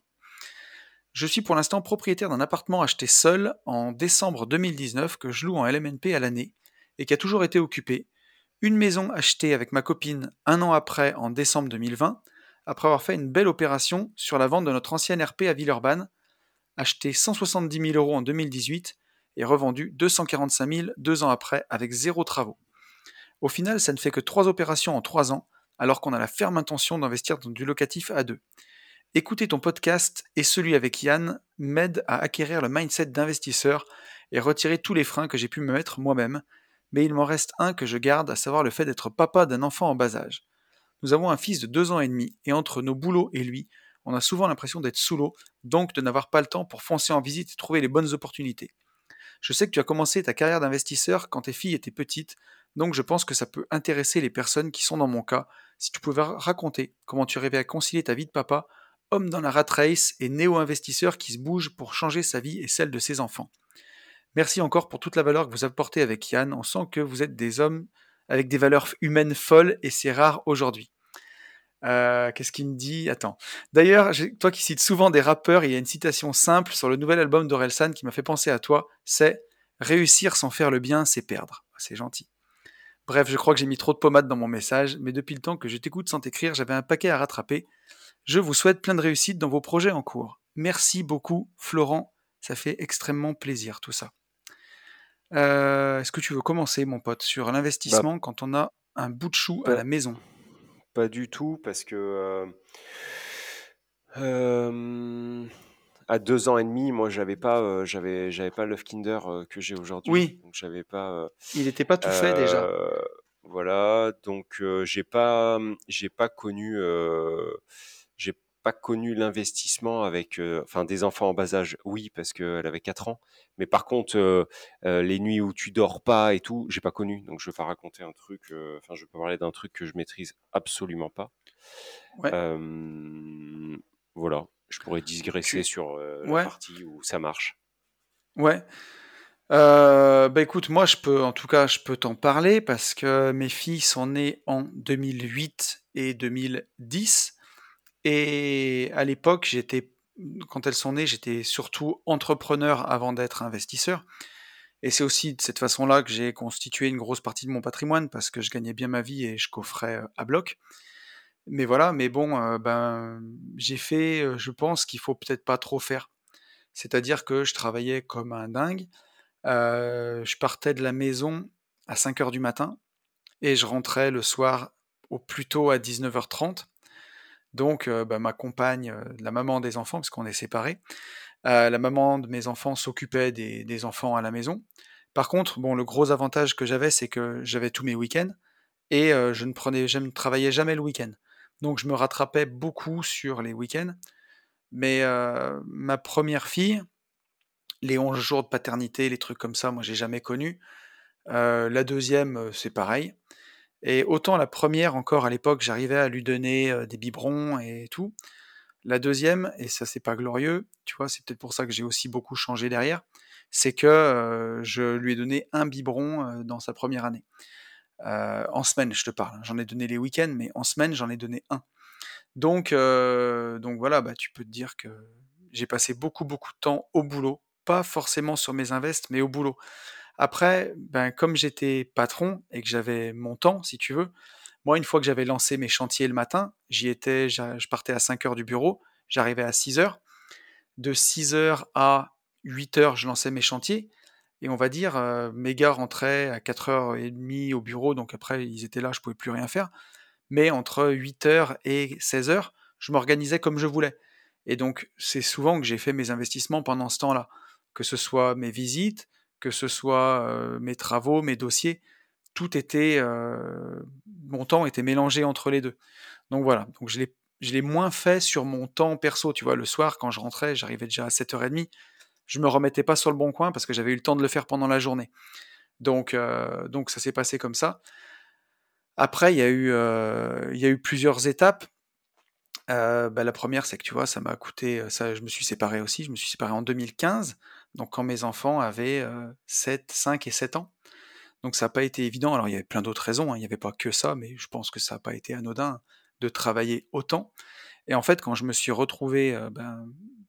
Je suis pour l'instant propriétaire d'un appartement acheté seul en décembre deux mille dix-neuf que je loue en L M N P à l'année et qui a toujours été occupé. Une maison achetée avec ma copine un an après en décembre deux mille vingt, après avoir fait une belle opération sur la vente de notre ancienne R P à Villeurbanne, achetée cent soixante-dix mille euros en deux mille dix-huit et revendue deux cent quarante-cinq mille deux ans après avec zéro travaux. Au final, ça ne fait que trois opérations en trois ans, alors qu'on a la ferme intention d'investir dans du locatif à deux. Écouter ton podcast et celui avec Yann m'aide à acquérir le mindset d'investisseur et retirer tous les freins que j'ai pu me mettre moi-même, mais il m'en reste un que je garde, à savoir le fait d'être papa d'un enfant en bas âge. Nous avons un fils de deux ans et demi, et entre nos boulots et lui, on a souvent l'impression d'être sous l'eau, donc de n'avoir pas le temps pour foncer en visite et trouver les bonnes opportunités. Je sais que tu as commencé ta carrière d'investisseur quand tes filles étaient petites, donc je pense que ça peut intéresser les personnes qui sont dans mon cas, si tu pouvais raconter comment tu arrivais à concilier ta vie de papa, homme dans la rat race et néo-investisseur qui se bouge pour changer sa vie et celle de ses enfants. Merci encore pour toute la valeur que vous apportez avec Yann, on sent que vous êtes des hommes avec des valeurs humaines folles et c'est rare aujourd'hui. Euh, Qu'est-ce qu'il me dit? Attends. D'ailleurs, j'ai- toi qui cites souvent des rappeurs, il y a une citation simple sur le nouvel album d'Orelsan qui m'a fait penser à toi. C'est: réussir sans faire le bien, c'est perdre. C'est gentil. Bref, je crois que j'ai mis trop de pommade dans mon message, mais depuis le temps que je t'écoute sans t'écrire, j'avais un paquet à rattraper. Je vous souhaite plein de réussite dans vos projets en cours. Merci beaucoup, Florent. Ça fait extrêmement plaisir tout ça. Euh, Est-ce que tu veux commencer, mon pote, sur Bah, l'investissement quand on a un bout de chou à pas la maison? pas du tout parce que, heu, hem, à deux ans et demi, moi, j'avais pas, heu, j'avais j'avais pas l'œuf Kinder, heu, que j'ai aujourd'hui. Oui, Donc j'avais pas, heu il n'était pas tout fait déjà. heu, voilà, donc heu, j'ai pas, mmh, j'ai pas connu, heu, j'ai pas connu l'investissement avec, heu, enfin des enfants en bas âge, oui, parce qu'elle avait quatre ans. Mais par contre, heu heu, les nuits où tu dors pas et tout, j'ai pas connu. Donc je vais pas raconter un truc, heu, enfin je vais pas parler d'un truc que je maîtrise absolument pas. Ouais. Hem, voilà, je pourrais digresser Tu... sur, heu, la Ouais, partie où ça marche. ouais. Euh, bah écoute, moi je peux, en tout cas, je peux t'en parler parce que mes filles sont nées en deux mille huit et deux mille dix. Et à l'époque, j'étais, quand elles sont nées, j'étais surtout entrepreneur avant d'être investisseur. Et c'est aussi de cette façon-là que j'ai constitué une grosse partie de mon patrimoine parce que je gagnais bien ma vie et je coffrais euh, à bloc. Mais voilà, mais bon, euh, ben, j'ai fait, euh, je pense qu'il faut peut-être pas trop faire. C'est-à-dire que je travaillais comme un dingue. Euh, je partais de la maison à cinq heures du matin et je rentrais le soir au plus tôt à dix-neuf heures trente. Donc, euh, bah, ma compagne, euh, la maman des enfants, parce qu'on est séparés, euh, la maman de mes enfants s'occupait des, des enfants à la maison. Par contre, bon, le gros avantage que j'avais, c'est que j'avais tous mes week-ends et euh, je ne prenais, je ne travaillais jamais le week-end. Donc, je me rattrapais beaucoup sur les week-ends. Mais euh, ma première fille, les onze jours de paternité, les trucs comme ça, moi, j'ai jamais connu. Euh, la deuxième, euh, c'est pareil. Et autant la première, encore à l'époque, j'arrivais à lui donner euh, des biberons et tout. La deuxième, et ça c'est pas glorieux, tu vois, c'est peut-être pour ça que j'ai aussi beaucoup changé derrière, c'est que euh, je lui ai donné un biberon euh, dans sa première année. Euh, en semaine, je te parle. hein. J'en ai donné les week-ends, mais en semaine, j'en ai donné un. Donc, euh, donc voilà, bah, tu peux te dire que j'ai passé beaucoup, beaucoup de temps au boulot pas forcément sur mes invests, mais au boulot. Après, ben, comme j'étais patron et que j'avais mon temps, si tu veux, moi, une fois que j'avais lancé mes chantiers le matin, j'y étais, j'a je partais à cinq heures du bureau, j'arrivais à six heures. De six heures à huit heures, je lançais mes chantiers et on va dire, heu, mes gars rentraient à quatre heures trente au bureau, donc après ils étaient là, je pouvais plus rien faire. Mais entre huit heures et seize heures, je m'organisais comme je voulais et donc c'est souvent que j'ai fait mes investissements pendant ce temps-là. Que ce soit mes visites, que ce soit, heu, mes travaux, mes dossiers, tout était, heu, mon temps était mélangé entre les deux. Donc voilà, donc je l'ai je l'ai moins fait sur mon temps perso, tu vois? Le soir, quand je rentrais, j'arrivais déjà à sept heures trente, je me remettais pas sur le bon coin parce que j'avais eu le temps de le faire pendant la journée. Donc heu, donc ça s'est passé comme ça. Après, il y a eu, heu, il y a eu plusieurs étapes. Heu, bah, la première, c'est que, tu vois, ça m'a coûté, heu, ça je me suis séparé aussi, je me suis séparé en deux mille quinze, donc quand mes enfants avaient, heu, sept, cinq et sept ans. Donc ça a pas été évident. Alors il y avait plein d'autres raisons, hein, il y avait pas que ça, mais je pense que ça a pas été anodin de travailler autant. Et en fait, quand je me suis retrouvé, heu, ben,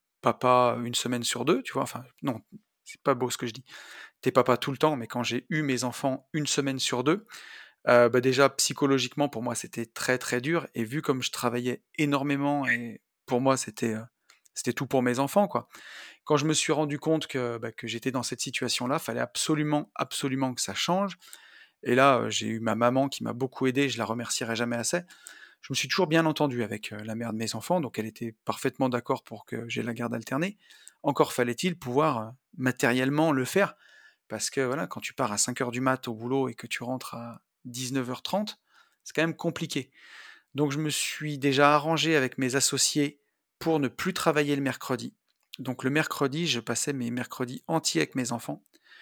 papa une semaine sur deux, tu vois? Enfin non, c'est pas beau ce que je dis. Tu papa tout le temps, mais quand j'ai eu mes enfants une semaine sur deux, heu, bah, déjà psychologiquement pour moi c'était très, très dur et vu comme je travaillais énormément et pour moi c'était, heu, c'était tout pour mes enfants, quoi. Quand je me suis rendu compte que, bah, que j'étais dans cette situation-là, fallait absolument, absolument que ça change et là, heu, j'ai eu ma maman qui m'a beaucoup aidé, je la remercierai jamais assez. Je me suis toujours bien entendu avec, heu, la mère de mes enfants, donc elle était parfaitement d'accord pour que j'ai la garde alternée. Encore fallait-il pouvoir, heu, matériellement le faire. Parce que voilà, quand tu pars à cinq heures du mat au boulot et que tu rentres à dix-neuf heures trente, c'est quand même compliqué. Donc je me suis déjà arrangé avec mes associés pour ne plus travailler le mercredi. Donc le mercredi, je passais mes mercredis entiers avec mes enfants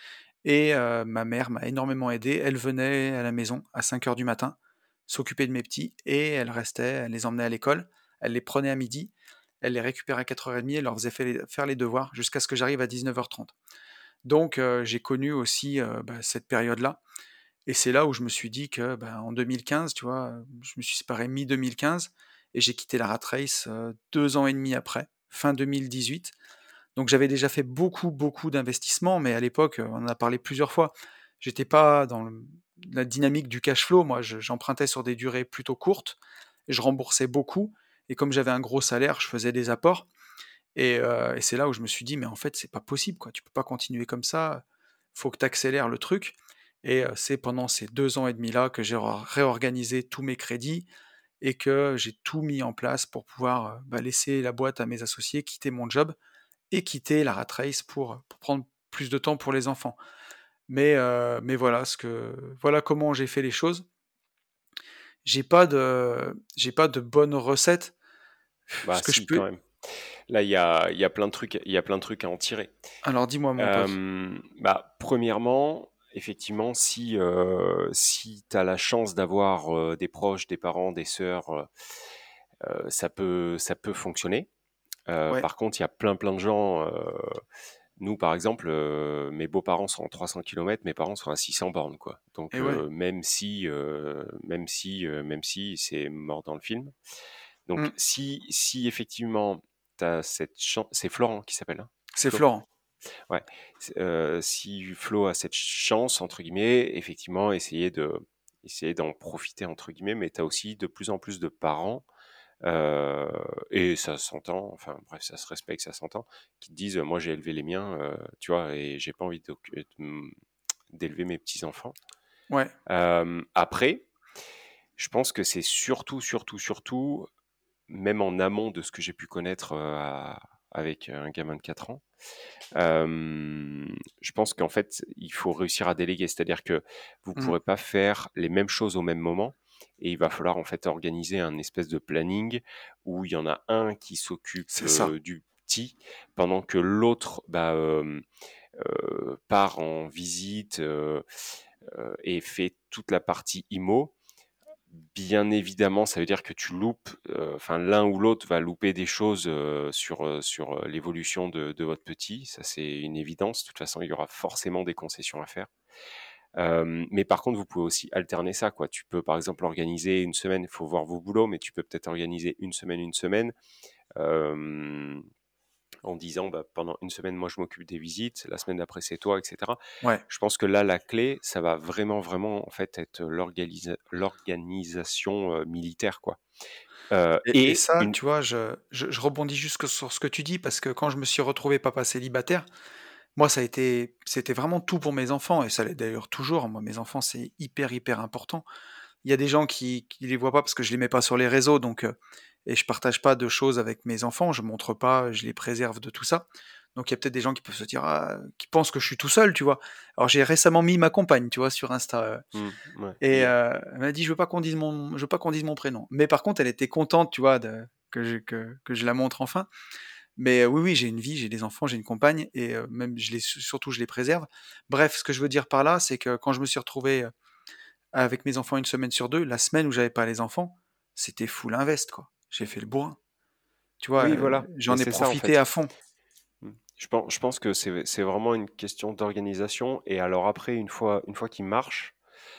et heu, ma mère m'a énormément aidé. Elle venait à la maison à cinq heures du matin, s'occuper de mes petits et elle restait, elle les emmenait à l'école, elle les prenait à midi, elle les récupérait à quatre heures trente, elle leur faisait fait les faire les devoirs jusqu'à ce que j'arrive à dix-neuf heures trente. Donc heu, j'ai connu aussi, heu, bah, cette période-là et c'est là où je me suis dit que, ben, en deux mille quinze, tu vois, heu, je me suis séparé mi-deux mille quinze et j'ai quitté la rat race, heu, deux ans et demi après, fin deux mille dix-huit. Donc j'avais déjà fait beaucoup, beaucoup d'investissements, mais à l'époque, heu, on en a parlé plusieurs fois, j'étais pas dans le la dynamique du cash flow. Moi, je j'empruntais sur des durées plutôt courtes et je remboursais beaucoup et comme j'avais un gros salaire, je faisais des apports et heu et c'est là où je me suis dit: «Mais en fait, c'est pas possible, quoi. Tu peux pas continuer comme ça, faut que tu accélères le truc» et heu, c'est pendant ces deux ans et demi là que j'ai re réorganisé tous mes crédits et que j'ai tout mis en place pour pouvoir, heu, bah, laisser la boîte à mes associés, quitter mon job et quitter la rat race pour, pour prendre plus de temps pour les enfants. Mais heu, mais voilà ce que voilà comment j'ai fait les choses. J'ai pas de j'ai pas de bonne recette. Bah Ce que je si, quand peux même. Là, il y a, il y a plein de trucs, il y a plein de trucs à en tirer. alors dis-moi mon pote. Euh, bah, premièrement, effectivement, si, euh, si tu as la chance d'avoir euh, des proches, des parents, des sœurs, euh, euh, ça peut, ça peut fonctionner. Euh, Ouais, par contre, il y a plein plein de gens. Euh, nous, par exemple, euh, mes beaux-parents sont à trois cents kilomètres, mes parents sont à six cents bornes, quoi. Donc, et ouais. euh, même si, euh, même si, euh, même si c'est mort dans le film. Donc, Mmh. si, si effectivement, t'as cette chance, c'est Florent qui s'appelle, hein, C'est Flo. Florent. Ouais. C'est, euh, si Flo a cette chance, entre guillemets, effectivement, essayer de, essayer d'en profiter, entre guillemets, mais tu as aussi de plus en plus de parents, euh, et ça s'entend, enfin bref, ça se respecte, ça s'entend, qui te disent, moi j'ai élevé les miens, euh, tu vois, et j'ai pas envie d'oc- de m- d'élever mes petits-enfants. Ouais. Euh, après, je pense que c'est surtout, surtout, surtout, même en amont de ce que j'ai pu connaître euh, à- avec un gamin de quatre ans, euh, je pense qu'en fait, il faut réussir à déléguer. C'est-à-dire que vous ne Mmh. pourrez pas faire les mêmes choses au même moment. Et il va falloir en fait organiser un espèce de planning où il y en a un qui s'occupe C'est ça. euh, du petit pendant que l'autre bah, euh, euh, part en visite euh, euh, et fait toute la partie I M O. Bien évidemment, ça veut dire que tu loupes, euh, enfin l'un ou l'autre va louper des choses euh, sur euh, sur euh, l'évolution de, de votre petit. Ça c'est une évidence. De toute façon, il y aura forcément des concessions à faire. Euh, mais par contre, vous pouvez aussi alterner ça, quoi. Tu peux par exemple organiser une semaine. Il faut voir vos boulots, mais tu peux peut-être organiser une semaine, une semaine. Euh, en disant bah, pendant une semaine, moi je m'occupe des visites, la semaine d'après c'est toi, et cetera. Ouais. Je pense que là, la clé, ça va vraiment, vraiment en fait être l'organisa- l'organisation euh, militaire, quoi. Euh, Et, et et ça, une. tu vois, je, je, je rebondis juste que sur ce que tu dis, parce que quand je me suis retrouvé papa célibataire, moi, ça a été, c'était vraiment tout pour mes enfants, et ça l'est d'ailleurs toujours. Moi, mes enfants, c'est hyper, hyper important. Il y a des gens qui, qui les voient pas parce que je les mets pas sur les réseaux, donc euh, et je partage pas de choses avec mes enfants, je montre pas, je les préserve de tout ça. Donc il y a peut-être des gens qui peuvent se dire, ah, qui pensent que je suis tout seul, tu vois. Alors j'ai récemment mis ma compagne, tu vois, sur Insta, euh, Hmm, ouais, et Mia. euh, elle m'a dit, je veux pas qu'on dise mon, je veux pas qu'on dise mon prénom. Mais par contre, elle était contente, tu vois, de, que je, que, que je la montre enfin. Mais euh, oui, oui, j'ai une vie, j'ai des enfants, j'ai une compagne, et euh, même je les, surtout je les préserve. Bref, ce que je veux dire par là, c'est que quand je me suis retrouvé euh, avec mes enfants une semaine sur deux, la semaine où j'avais pas les enfants, c'était full invest, quoi. J'ai fait le bourrin. Tu vois, Oui, euh, voilà. Mais j'en ai c'est ça en profité fait. à fond. Hmm. Je pense, je pense que c'est c'est vraiment une question d'organisation. Et alors après, une fois, une fois qu'il marche,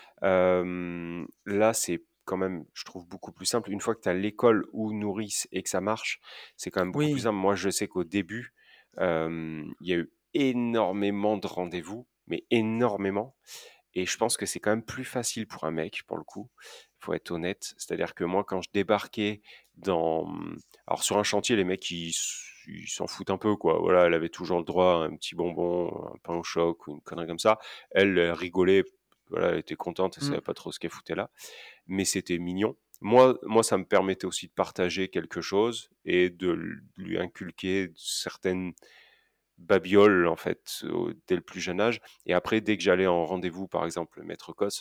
euh, là, c'est quand même, je trouve, beaucoup plus simple. Une fois que tu as l'école ou nourrice et que ça marche, c'est quand même beaucoup plus Oui, simple. Moi, je sais qu'au début, euh, il y a eu énormément de rendez-vous, mais énormément. Et je pense que c'est quand même plus facile pour un mec, pour le coup. Il faut être honnête. C'est-à-dire que moi, quand je débarquais dans... Alors sur un chantier, les mecs, ils s- ils s'en foutent un peu, quoi. Voilà, elle avait toujours le droit à un petit bonbon, un pain au choc ou une connerie comme ça. Elle, elle rigolait, voilà, elle était contente, elle mm, savait pas trop ce qu'elle foutait là. Mais c'était mignon. Moi, moi, ça me permettait aussi de partager quelque chose et de l- lui inculquer certaines babiole en fait au- dès le plus jeune âge. Et après, dès que j'allais en rendez-vous, par exemple, le maître Cos,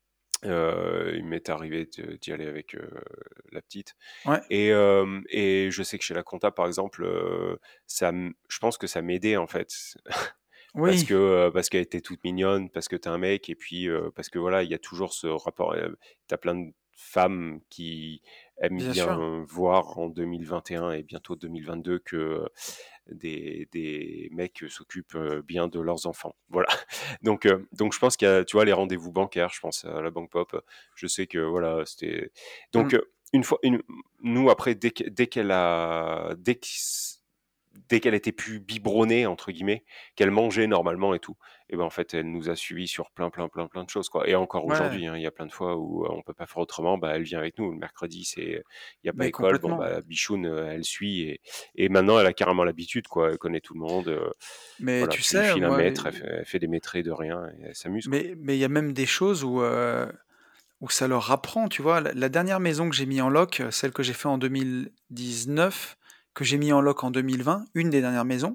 euh, il m'est arrivé de- d'y aller avec euh, la petite. ouais, Et, euh, et je sais que chez la compta, par exemple, euh, ça, m- je pense que ça m'aidait en fait. Parce oui, que euh, parce qu'elle était toute mignonne, parce que t'es un mec, et puis euh, parce que voilà, il y a toujours ce rapport. Euh, t'as plein de femmes qui aiment bien sûr. bien voir en deux mille vingt et un et un et bientôt deux mille vingt-deux que euh, des, des mecs s'occupent euh, bien de leurs enfants. Voilà. Donc euh, donc je pense qu'il y a, tu vois, les rendez-vous bancaires. Je pense à la Banque Pop. Je sais que voilà, c'était donc Mm, euh, une fois, une, nous après dès que- dès qu'elle a dès que dès qu'elle était plus biberonnée entre guillemets, qu'elle mangeait normalement et tout, et ben en fait elle nous a suivis sur plein plein plein plein de choses quoi. Et encore ouais, aujourd'hui, hein, il y a plein de fois où euh, on peut pas faire autrement, bah elle vient avec nous. Le mercredi c'est il y a pas mais école, bon complètement. bah Bichoun euh, elle suit et, et maintenant elle a carrément l'habitude quoi. Elle connaît tout le monde. euh, Mais voilà, tu tu lui sais, files un moi, mètre, elle fait, elle fait des mètres de rien et elle s'amuse quoi. mais mais il y a même des choses où euh, où ça leur apprend, tu vois. La, la dernière maison que j'ai mis en loc, euh, celle que j'ai fait en deux mille dix-neuf, que j'ai mis en loc en deux mille vingt, une des dernières maisons,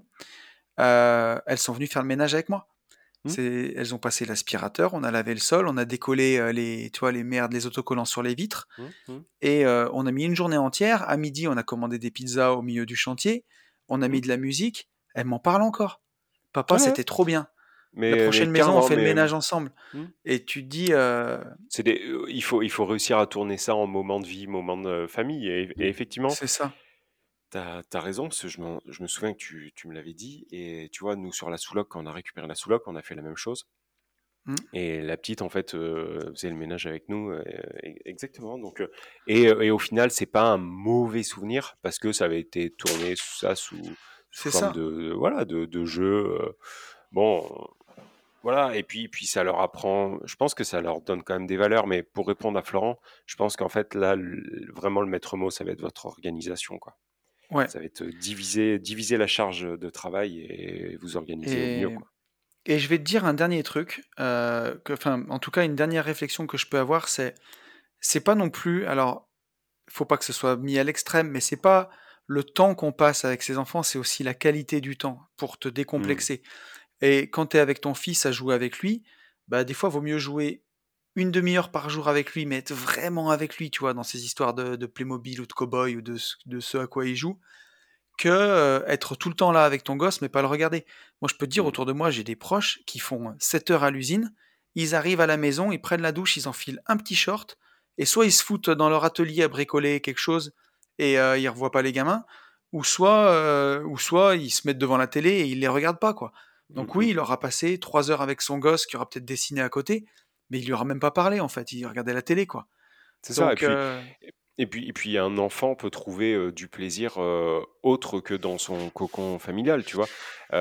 euh, elles sont venues faire le ménage avec moi. Hmm, C'est, elles ont passé l'aspirateur, on a lavé le sol, on a décollé euh, les, tu vois, les merdes, les autocollants sur les vitres, hmm, hmm, et euh, on a mis une journée entière. À midi, on a commandé des pizzas au milieu du chantier, on a hmm. mis de la musique. Elle m'en parle encore. Papa, Ouais, ouais. c'était trop bien. La Mais, mais prochaine maison, on carrément, fait le mais ménage ensemble. hmm. Et tu te dis, euh, C'est des, euh, il faut, il faut réussir à tourner ça en moment de vie, moment de euh, famille. Et, et effectivement, c'est ça. t'as, t'as raison, parce que je, m'en- je me souviens que tu, tu me l'avais dit. Et tu vois, nous, sur la sous-loc, quand on a récupéré la sous-loc, on a fait la même chose. Mm. Et la petite, en fait, euh, faisait le ménage avec nous. euh, e- exactement. Donc, euh, et, euh, et au final, c'est pas un mauvais souvenir, parce que ça avait été tourné sous ça, sous, sous C'est forme ça. de, voilà, de, de jeu. euh. Bon, voilà, et puis, puis ça leur apprend, je pense que ça leur donne quand même des valeurs, mais pour répondre à Florent, je pense qu'en fait, là, le- vraiment, le maître mot, ça va être votre organisation, quoi. Ouais. Ça va être diviser, diviser la charge de travail et vous organiser au mieux, Et, quoi. et je vais te dire un dernier truc, euh, que, enfin, en tout cas, une dernière réflexion que je peux avoir, c'est, c'est pas non plus, alors, faut pas que ce soit mis à l'extrême, mais c'est pas le temps qu'on passe avec ses enfants, c'est aussi la qualité du temps pour te Hmm. décomplexer. Et quand tu es avec ton fils à jouer avec lui, bah des fois, vaut mieux jouer une demi-heure par jour avec lui, mais être vraiment avec lui, tu vois, dans ces histoires de, de Playmobil ou de Cowboy ou de, ce- de ce à quoi il joue, que euh, être tout le temps là avec ton gosse, mais pas le regarder. Moi, je peux te dire, Hmm. autour de moi, j'ai des proches qui font sept heures à l'usine, ils arrivent à la maison, ils prennent la douche, ils enfilent un petit short, et soit ils se foutent dans leur atelier à bricoler quelque chose et euh, ils revoient pas les gamins, ou soit, euh, ou soit ils se mettent devant la télé et ils les regardent pas, quoi. Hmm, Donc hmm. oui, il aura passé trois heures avec son gosse qui aura peut-être dessiné à côté, mais il lui aura même pas parlé en fait, il regardait la télé, quoi. C'est ça, et Donc puis, euh, Et puis et puis un enfant peut trouver, heu, du plaisir, heu, autre que dans son cocon familial, tu vois?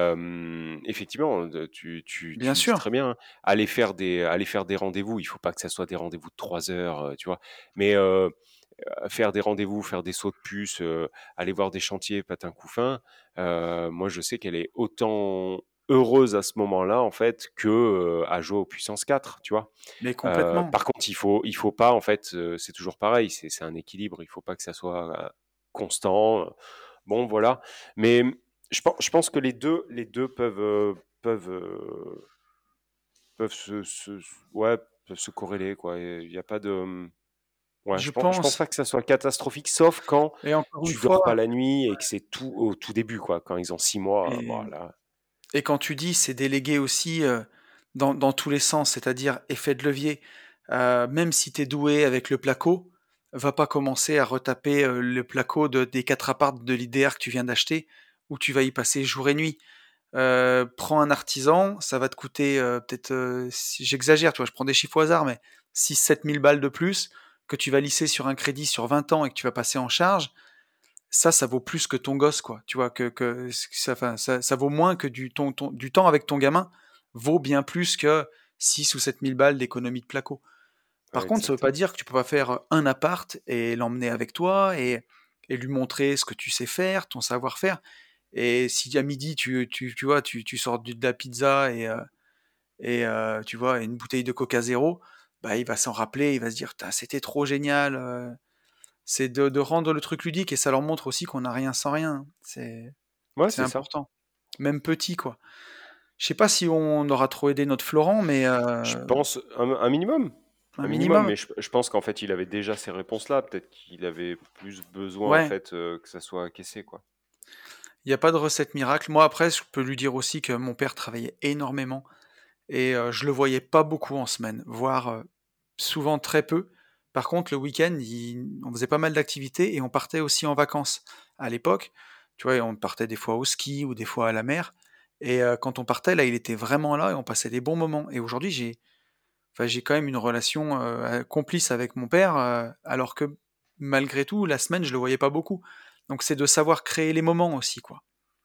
Hem, effectivement, de tu tu Bien tu le dis sûr, très bien, hein, aller faire des aller faire des rendez-vous, il faut pas que ça soit des rendez-vous de trois heures, heu, tu vois? Mais, heu, faire des rendez-vous, faire des sauts de puce, heu, aller voir des chantiers patin couffin, heu, moi je sais qu'elle est autant heureuse à ce moment-là, en fait, que, heu, à jouer aux puissance quatre, tu vois? mais Heu, complètement. par contre, il faut il faut pas en fait, heu, c'est toujours pareil, c'est c'est un équilibre, il faut pas que ça soit, heu, constant, heu, bon voilà. Mais, mmh, je pen je pense que les deux les deux peuvent, heu, peuvent, heu, peuvent se se s ouais, peuvent se corréler quoi et il y a pas de, mmh, ouais, Je je pen je pense pense pas que ça soit catastrophique, sauf quand et encore une tu dors fois pas la nuit et que c'est tout au tout début quoi. Quand ils ont six mois, et voilà. et quand tu dis c'est délégué aussi, heu, dans dans tous les sens, c'est-à-dire effet de levier. Heu, même si tu es doué avec le placo, va pas commencer à retaper, heu, le placo de des quatre apparts de l'I D R que tu viens d'acheter, où tu vas y passer jour et nuit. Heu, prends un artisan, ça va te coûter, heu, peut-être, heu, si j'exagère, tu vois? Je prends des chiffres au hasard, mais six sept mille balles de plus, que tu vas lisser sur un crédit sur vingt ans et que tu vas passer en charge. Ça, ça vaut plus que ton gosse, quoi. Tu vois? Que que c ça enfin, ça ça vaut moins que du ton ton du temps avec ton gamin, vaut bien plus que six ou sept mille balles d'économie de placo. Ouais, Par contre, ça veut pas exactement. dire que tu peux pas faire, un appart et l'emmener avec toi et et lui montrer ce que tu sais faire, ton savoir-faire. Et si à midi tu tu tu vois, tu tu sors du de la pizza et heu et heu, tu vois, une bouteille de Coca zéro, bah, il va s'en rappeler, il va se dire: «Putain, c'était trop génial, heu». C'est de de rendre le truc ludique et ça leur montre aussi qu'on n'a rien sans rien. C'est Ouais, c'est c'est ça. important. Même petit, quoi. Je sais pas si on aura trop aidé notre Florent, mais Je heu, pense un un minimum, un un minimum, minimum. mais je je pense qu'en fait, il avait déjà ces réponses-là. Peut-être qu'il avait plus besoin, en Ouais, fait, heu, que ça soit acquiescé, quoi. il y a pas de recette miracle. Moi, après, je peux lui dire aussi que mon père travaillait énormément et heu, je le voyais pas beaucoup en semaine, voire, heu, souvent très peu. Par contre, le week-end, il on faisait pas mal d'activités et on partait aussi en vacances. À l'époque, tu vois, on partait des fois au ski ou des fois à la mer et heu, quand on partait, là, il était vraiment là et on passait des bons moments et aujourd'hui, j'ai enfin, j'ai quand même une relation, heu, complice avec mon père, heu, alors que malgré tout, la semaine, je le voyais pas beaucoup. Donc c'est de savoir créer les moments aussi, quoi.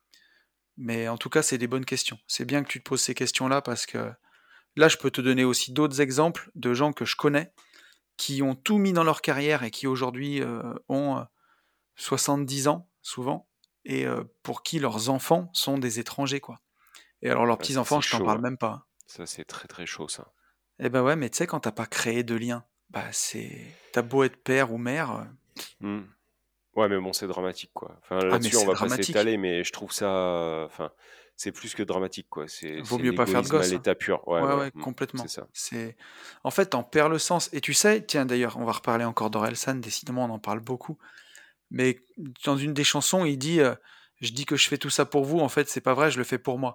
Mais en tout cas, c'est des bonnes questions. C'est bien que tu te poses ces questions-là parce que là, je peux te donner aussi d'autres exemples de gens que je connais, qui ont tout mis dans leur carrière et qui aujourd'hui, heu, ont, heu, soixante-dix ans, souvent et heu, pour qui leurs enfants sont des étrangers, quoi. Et alors leurs Ouais, ça, petits-enfants, c'est je t'en chaud, parle hein. même pas. Ça, c'est très, très chaud, ça. Eh bah, ouais, mais tu sais, quand tu as pas créé de lien, bah, c'est tu beau être père ou mère, heu Mmh. Ouais, mais bon, c'est dramatique, quoi. Enfin, ah mais là-dessus, on c'est va pas dramatique. s'étaler, mais je trouve ça, enfin, c'est plus que dramatique, quoi. C'est Vaut c'est mieux pas faire de l'égoïsme à gosse, hein. l'état pur. Ouais, Ouais, voilà, ouais, mmh, c'est complètement. ça. C'est en fait, tu perds le sens et tu sais, tiens d'ailleurs, on va reparler encore d'Orelsan, décidément on en parle beaucoup, mais dans une des chansons, il dit, heu: «Je dis que je fais tout ça pour vous, en fait, c'est pas vrai, je le fais pour moi»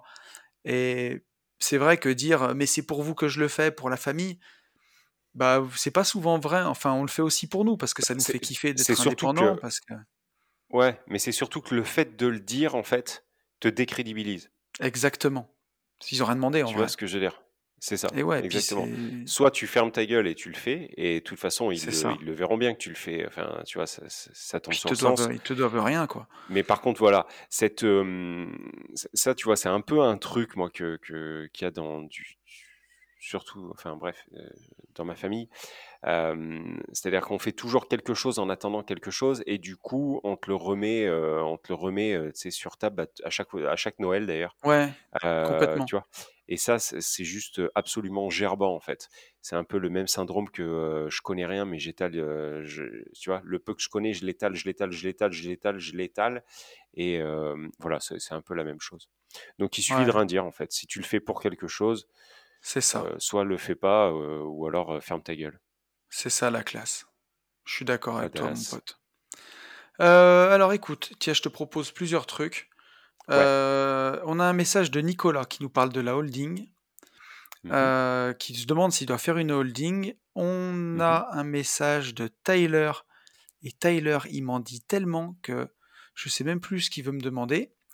et c'est vrai que dire, «Mais c'est pour vous que je le fais, pour la famille», bah, c'est pas souvent vrai. Enfin, on le fait aussi pour nous parce que ça nous C'est fait kiffer c'est d'être surtout indépendants, que parce que ouais, mais c'est surtout que le fait de le dire, en fait, te décrédibilise. exactement. Ils ont rien demandé en Tu vois vrai ce que je veux dire? C'est ça, et ouais, puis exactement. c'est Soit tu fermes ta gueule et tu le fais et de toute façon, ils c'est le ça ils le verront bien que tu le fais, enfin, tu vois? Ça ça ça tombe puis ils sur te le doivent, sens. ils te doivent rien, quoi. Mais par contre, voilà, cette, hem, ç ça, tu vois, c'est un peu un truc, moi, que que qu'il y a dans du surtout, enfin bref, heu, dans ma famille. Hem, c'est-à-dire qu'on fait toujours quelque chose en attendant quelque chose et du coup, on te le remet, heu, on te le remet, heu, tu sais, sur table à à chaque à chaque Noël d'ailleurs. Ouais, Heu, complètement. tu vois? Et ça, c'est c'est juste, absolument gerbant, en fait. C'est un peu le même syndrome que, heu, je connais rien, mais j'étale, heu, je tu vois? Le peu que je connais, je l'étale, je l'étale, je l'étale, je l'étale, je l'étale et hem, voilà, c'est c'est un peu la même chose. Donc il suffit de Ouais, rien dire, en fait. Si tu le fais pour quelque chose, c'est ça. heu, soit le fais pas, heu, ou alors, heu, ferme ta gueule. C'est ça la classe. Je suis d'accord avec toi, mon Badass. pote. Heu, alors écoute, tiens, je te propose plusieurs trucs. Ouais. Heu, on a un message de Nicolas qui nous parle de la holding, Mmh mh. heu, qui se demande s'il doit faire une holding. On Mmh. a un message de Tyler et Tyler, il m'en dit tellement que je sais même plus ce qu'il veut me demander.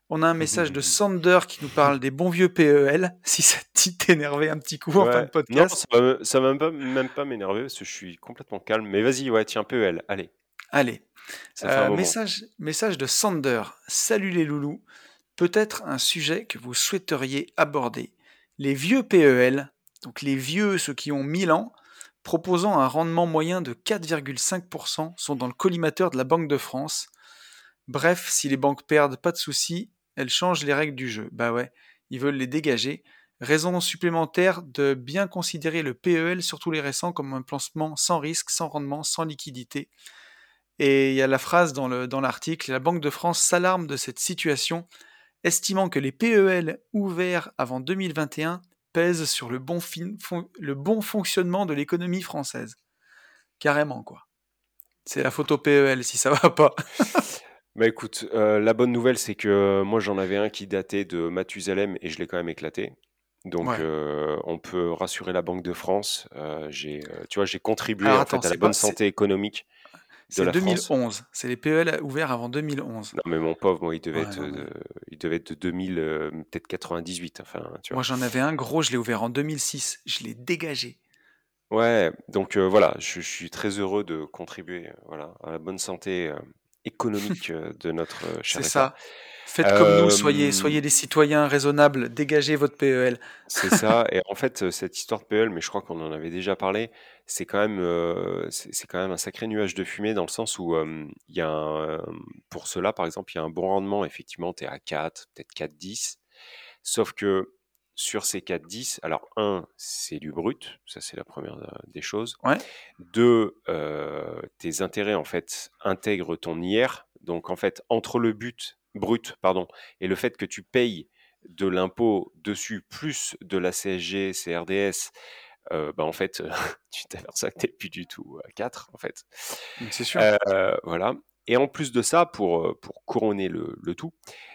On a un message de Sander qui nous parle des bons vieux P E L, si ça te dit t'énerver un petit coup en fin de Ouais. Non, podcast. ça va, ça va même pas, même pas m'énerver parce que je suis complètement calme. Mais vas-y, ouais, tiens, P E L, allez, Allez, ça fait un euh, moment. message, message de Sander. Salut les loulous. Peut-être un sujet que vous souhaiteriez aborder. Les vieux P E L, donc les vieux, ceux qui ont mille ans, proposant un rendement moyen de quatre virgule cinq pour cent, sont dans le collimateur de la Banque de France. Bref, si les banques perdent, pas de souci, elles changent les règles du jeu. Bah ouais, ils veulent les dégager. Raison supplémentaire de bien considérer le P E L, surtout les récents, comme un placement sans risque, sans rendement, sans liquidité. Et il y a la phrase dans le, dans l'article, la Banque de France s'alarme de cette situation, estimant que les P E L ouverts avant deux mille vingt et un pèsent sur le bon, fin- fon- le bon fonctionnement de l'économie française. Carrément, quoi. C'est la photo P E L, si ça va pas. Bah écoute, euh, la bonne nouvelle, c'est que moi j'en avais un qui datait de Mathusalem et je l'ai quand même éclaté. Donc Ouais. euh, on peut rassurer la Banque de France. Euh, j'ai, euh, tu vois, j'ai contribué Alors en attends, fait à la c'est bonne pas, c'est, santé économique de c'est la France. deux mille onze. C'est les P E L ouverts avant deux mille onze. Non mais mon pauvre, moi il devait Ouais, être, non, de, mais... il devait être de deux mille, euh, peut-être quatre-vingt-dix-huit. Enfin, tu Moi vois. j'en avais un gros, je l'ai ouvert en deux mille six. Je l'ai dégagé. Ouais, donc euh, voilà, je, je suis très heureux de contribuer, euh, voilà, à la bonne santé euh, économique euh, de notre euh, C'est cher État. ça. Faites comme nous, soyez, Euh, soyez des citoyens raisonnables, dégagez votre P E L. C'est ça. Et en fait, euh, cette histoire de P E L, mais je crois qu'on en avait déjà parlé, c'est quand même, euh, c'est c'est quand même un sacré nuage de fumée dans le sens où euh, il y a un, euh, pour cela, par exemple, il y a un bon rendement. Effectivement, tu es à quatre, peut-être quatre dix. Sauf que sur ces quatre dix, alors un, c'est du brut, ça c'est la première euh, des choses. Ouais. Deux, euh, tes intérêts en fait intègrent ton I R. Donc en fait, entre le but brut, pardon, et le fait que tu payes de l'impôt dessus plus de la C S G, C R D S, euh, bah en fait, tu t'aperçois que t'es plus du tout à quatre en fait. C'est sûr. Euh, voilà. Et en plus de ça, pour, euh, pour couronner le, le tout,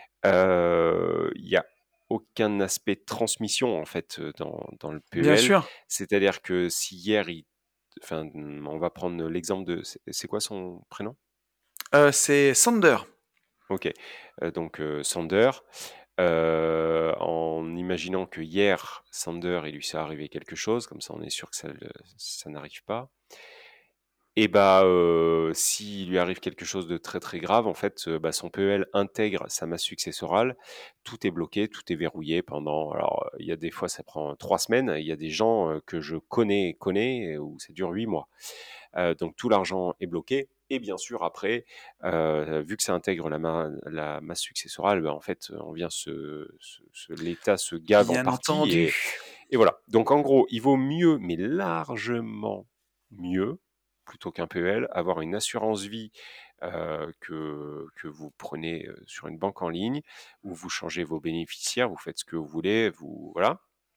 euh, il y a aucun aspect de transmission en fait dans, dans le Bien P E L. sûr. C'est-à-dire que si hier, il, enfin, on va prendre l'exemple de, c'est c'est quoi son prénom? Euh, c'est Sander. Ok, Euh, donc euh, Sander. Euh, en imaginant que hier, Sander, il lui s'est arrivé quelque chose, comme ça on est sûr que ça, le- ça n'arrive pas. Et bah, euh, s'il lui arrive quelque chose de très très grave, en fait, euh, bah, son P E L intègre sa masse successorale, tout est bloqué, tout est verrouillé pendant. Alors, euh, il y a des fois, ça prend trois semaines. Il y a des gens euh, que je connais, connais, où ça dure huit mois. Euh, donc tout l'argent est bloqué. Et bien sûr, après, euh, vu que ça intègre la, ma- la masse successorale, bah, en fait, on vient se, se- se- l'État se gave en Bien partie. entendu. Et, et voilà. Donc en gros, il vaut mieux, mais largement mieux, plutôt qu'un P E L, avoir une assurance vie euh, que, que vous prenez euh, sur une banque en ligne, où vous changez vos bénéficiaires, vous faites ce que vous voulez, vous voilà.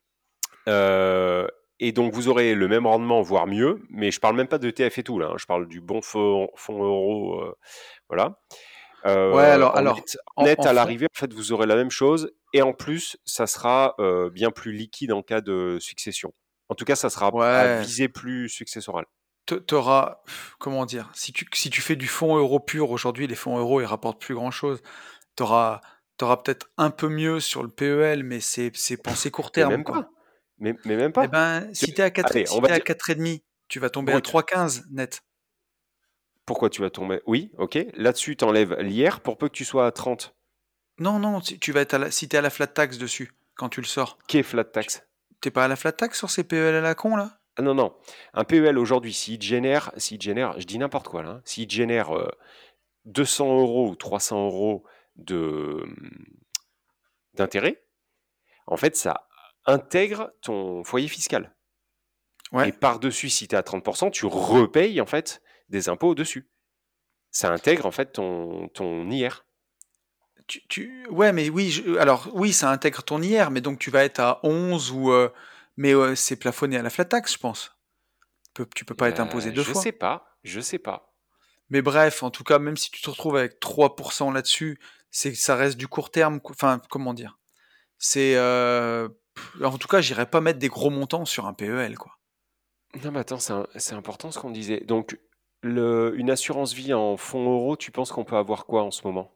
Euh, et donc vous aurez le même rendement, voire mieux, mais je parle même pas de E T F et tout là, hein, je parle du bon fonds, fonds euro, euh, voilà. Ouais, Euh, alors, en alors, net, en en, net en à fond, l'arrivée, en fait, vous aurez la même chose, et en plus, ça sera euh, bien plus liquide en cas de succession. En tout cas, ça sera à ouais, visée plus successorale. t- t'auras, pff, comment dire, si tu, si tu fais du fonds euro pur aujourd'hui, les fonds euros, ils rapportent plus grand-chose. T'auras, t'auras peut-être un peu mieux sur le P E L, mais c'est, c'est pensée court Mais terme, même quoi. pas. Mais, mais même Eh pas. ben, Tu- si t'es à quatre, Allez, on si va t'es à dire quatre virgule cinq, tu vas tomber à brut. trois virgule quinze net. Pourquoi tu vas tomber? Oui, ok. Là-dessus, t'enlèves l'I R pour peu que tu sois à trente. Non, non, si tu vas être à la, si t'es à la flat tax dessus, quand tu le sors. Qui est flat Tu- tax? T'es pas à la flat tax sur ces P E L à la con, là? Ah non, non. Un P E L aujourd'hui, s'il génère, s'il génère, je dis n'importe quoi là, hein, s'il génère euh, deux cents euros ou trois cents euros de, d'intérêt, en fait, ça intègre ton foyer fiscal. Et Ouais. par-dessus, si tu es à trente pour cent, tu repayes en fait des impôts dessus. Ça intègre en fait ton, ton I R. Tu, tu- ouais, mais oui, je- alors oui, ça intègre ton I R, mais donc tu vas être à onze ou... euh, mais euh, c'est plafonné à la flat tax, je pense. Tu peux, tu peux Eh pas être imposé ben, deux je sais fois. pas, je sais pas. Mais bref, en tout cas, même si tu te retrouves avec trois pour cent là-dessus, c'est que ça reste du court terme. quoi. Enfin, comment dire? C'est... euh, pff, en tout cas, j'irais pas mettre des gros montants sur un P E L, quoi. Non, mais attends, c'est un- c'est important ce qu'on disait. Donc, le, une assurance vie en fonds euros, tu penses qu'on peut avoir quoi en ce moment?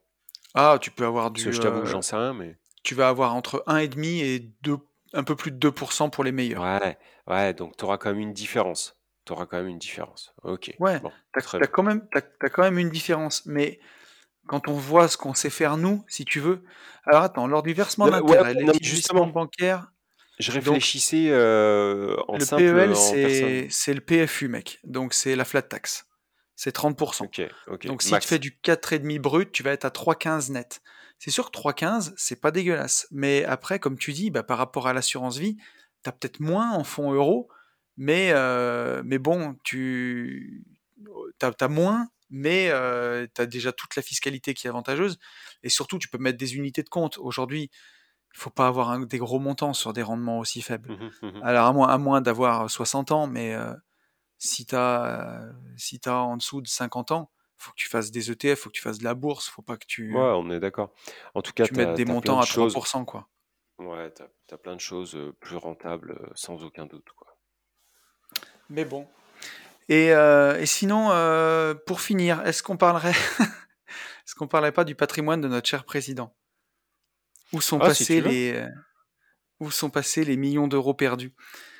Ah, tu peux avoir Parce que du, je t'avoue que euh, j'en sais rien, mais tu vas avoir entre un virgule cinq et deux, un peu plus de deux pour cent pour les meilleurs. ouais, ouais, donc tu auras quand même une différence. Tu auras quand même une différence. Ok, Ouais, bon, t'as, très t'as bien. quand même, t'as, t'as quand même une différence. Mais quand on voit ce qu'on sait faire nous, si tu veux. Alors attends, lors du versement Non, ouais, d'intérêt, non, mais justement, l'établissement bancaire, je donc réfléchissais euh, en le simple, P E L, en c'est, personne. c'est le P F U, mec. Donc c'est la flat tax. C'est trente pour cent. Ok, ok, Donc si tu fais max. du quatre virgule cinq brut, tu vas être à trois virgule quinze net. C'est sûr que trois virgule quinze, c'est pas dégueulasse. Mais après, comme tu dis, bah, par rapport à l'assurance vie, t'as peut-être moins en fonds euros, mais, euh, mais bon, tu t'as, t'as moins, mais euh, t'as déjà toute la fiscalité qui est avantageuse. Et surtout, tu peux mettre des unités de compte. Aujourd'hui, il faut pas avoir un- des gros montants sur des rendements aussi faibles. Mhm, mhm. Alors à moins, à moins d'avoir soixante ans, mais euh, si t'as euh, si t'as en dessous de cinquante ans, faut que tu fasses des E T F, faut que tu fasses de la bourse, faut pas que Ouais, tu, on est d'accord. En tout cas, tu mettes t'as, des t'as plein montants de à choses. trois pour cent, quoi. Ouais, t'as, t'as plein de choses euh, plus rentables, euh, sans aucun doute, quoi. Mais bon. Et, euh, et sinon, euh, pour finir, est-ce qu'on parlerait, est-ce qu'on parlerait pas du patrimoine de notre cher président? Où sont Ah, si passés tu veux. les, euh, où sont passés les millions d'euros perdus?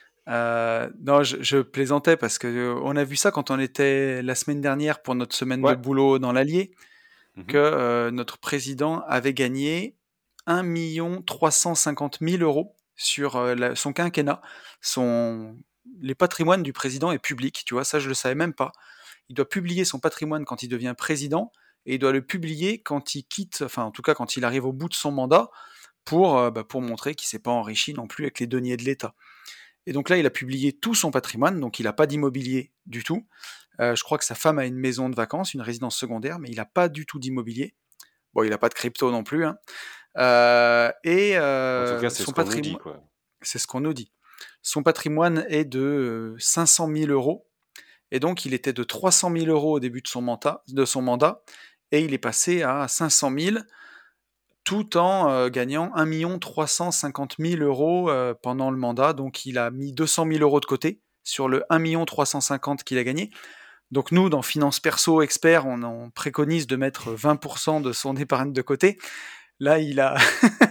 Euh, non, je, je plaisantais parce que euh, on a vu ça quand on était la semaine dernière pour notre semaine de Ouais. boulot dans l'Allier, que Mhm. euh, notre président avait gagné un million trois cent cinquante mille euros sur euh, la- son quinquennat. Son... Les patrimoines du président est public, tu vois, ça je le savais même pas. Il doit publier son patrimoine quand il devient président et il doit le publier quand il quitte, enfin en tout cas quand il arrive au bout de son mandat pour, euh, bah, pour montrer qu'il s'est pas enrichi non plus avec les deniers de l'État. Et donc là, il a publié tout son patrimoine, donc il n'a pas d'immobilier du tout. Euh, je crois que sa femme a une maison de vacances, une résidence secondaire, mais il n'a pas du tout d'immobilier. Bon, il n'a pas de crypto non plus, hein. Euh, et En tout cas, euh, c'est ce son qu'on nous dit, patrimoine, quoi. c'est ce qu'on nous dit. Son patrimoine est de euh, cinq cent mille euros. Et donc, il était de trois cent mille euros au début de son mandat, de son mandat et il est passé à cinq cent mille tout en euh, gagnant un million trois cent cinquante mille euros euh, pendant le mandat. Donc, il a mis deux cent mille euros de côté sur le un million trois cent cinquante qu'il a gagné. Donc, nous, dans Finance Perso Expert, on, on préconise de mettre vingt pour cent de son épargne de côté. Là, il a,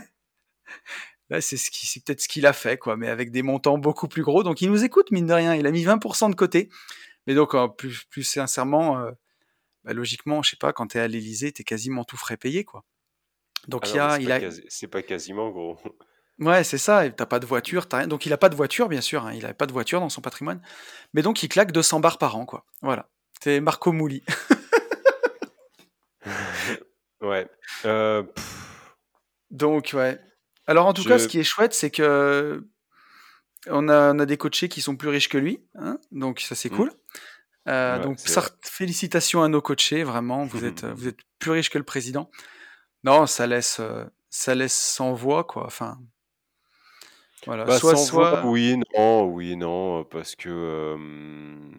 là, c'est ce qui, c'est peut-être ce qu'il a fait, quoi, mais avec des montants beaucoup plus gros. Donc, il nous écoute, mine de rien. Il a mis vingt pour cent de côté. Mais donc, euh, plus, plus sincèrement, euh, bah, logiquement, je sais pas, quand t'es à l'Élysée, t'es quasiment tout frais payé, quoi. Ah Donc, il y non, mais a, c'est il pas a, quasi... c'est pas quasiment gros. ouais, c'est ça. Et t'as pas de voiture, t'as rien. Donc, il a pas de voiture, bien sûr. Hein, il avait pas de voiture dans son patrimoine. Mais donc, il claque deux cents bars par an, quoi. Voilà. C'est Marco Mouli. Ouais. Euh, pff, Donc, ouais. Alors, en tout cas, ce je... qui est chouette, c'est que on a, on a des coachés qui sont plus riches que lui. Hein, donc, ça, c'est Hmm, cool. Euh, ouais, donc, c'est vrai. sarт- félicitations à nos coachés, vraiment, vous êtes, vous êtes plus riches que le président. Non, ça laisse, euh, ça laisse sans voix, quoi. Enfin, voilà. Bah, Soit, sans voix, soit, oui, non, oui, non, parce que... euh,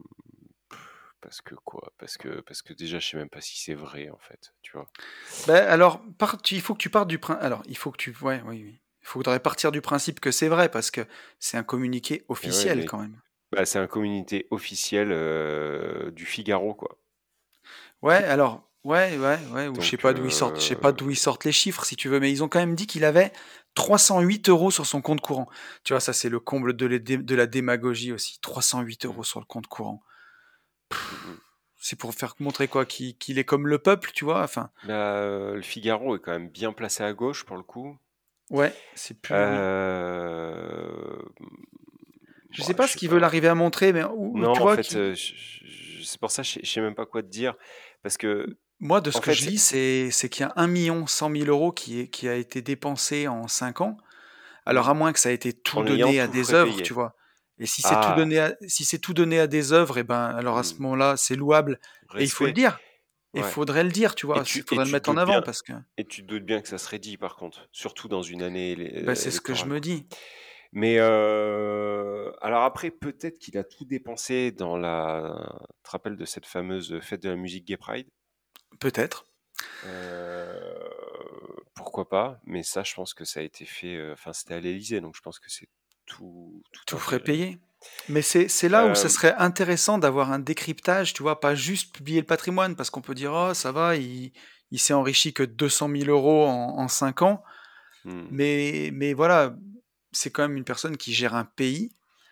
Parce que quoi? Parce que, parce que déjà, je sais même pas si c'est vrai, en fait, tu vois. ben, alors, part- tu- il faut que tu partes du principe. Alors, il faut que tu, ouais, oui, oui. Il faudrait partir du principe que c'est vrai parce que c'est un communiqué Et ouais, officiel mais quand même. bah, c'est un communiqué officiel euh, du Figaro, quoi. Ouais, alors, ouais, ouais, ouais. Ou je sais Donc, pas d'où ils sortent, je sais pas euh, d'où ils sortent les chiffres si tu veux, mais ils ont quand même dit qu'il avait trois cent huit euros sur son compte courant. Tu vois, ça c'est le comble de, la dé- de la démagogie aussi. trois cent huit mm, euros sur le compte courant. mm, mm. C'est pour faire montrer quoi, qu'il qu'il est comme le peuple, tu vois. Enfin, Bah, euh, le Figaro est quand même bien placé à gauche, pour le coup. ouais, c'est plus, oui. Euh, Je sais bah, pas je ce sais qu'ils veulent pas. arriver à montrer, mais ou, ou Non, tu en vois, fait, euh, qui, je- je- c'est pour ça que je sais je sais même pas quoi te dire. Parce que, moi, de ce en que fait, je lis, c'est- c'est c'est qu'il y a un million cent mille euros qui, est, qui a été dépensé en cinq ans. Alors, hmm, à moins que ça ait été tout en ayant donné à tout des frais œuvres, payé. tu vois. Et si c'est tout Ah, donné à, si c'est tout donné à des œuvres, et ben, alors à ce hmm, moment-là, c'est louable. Et il faut le respect. dire. Il Ouais. faudrait le dire, tu Et vois. Il tu, et faudrait le tu te mettre en doutes avant bien, parce que et tu te doutes bien que ça serait dit, par contre, surtout dans une année élé- ben, euh, c'est ce que je électorale, me quoi. dis. Mais euh, alors après, peut-être qu'il a tout dépensé dans la. Tu te rappelles de cette fameuse fête de la musique Gay Pride? Peut-être. Euh, Pourquoi pas? Mais ça, je pense que ça a été fait. euh, Enfin, c'était à l'Élysée, donc je pense que c'est tout, tout Tout frais intégré. payé. Mais c'est c'est là où ça Euh, serait intéressant d'avoir un décryptage, tu vois, pas juste publier le patrimoine, parce qu'on peut dire, oh, ça va, il, il s'est enrichi que deux cent mille euros en, en cinq ans. Hmm. Mais, mais voilà, c'est quand même une personne qui gère un pays.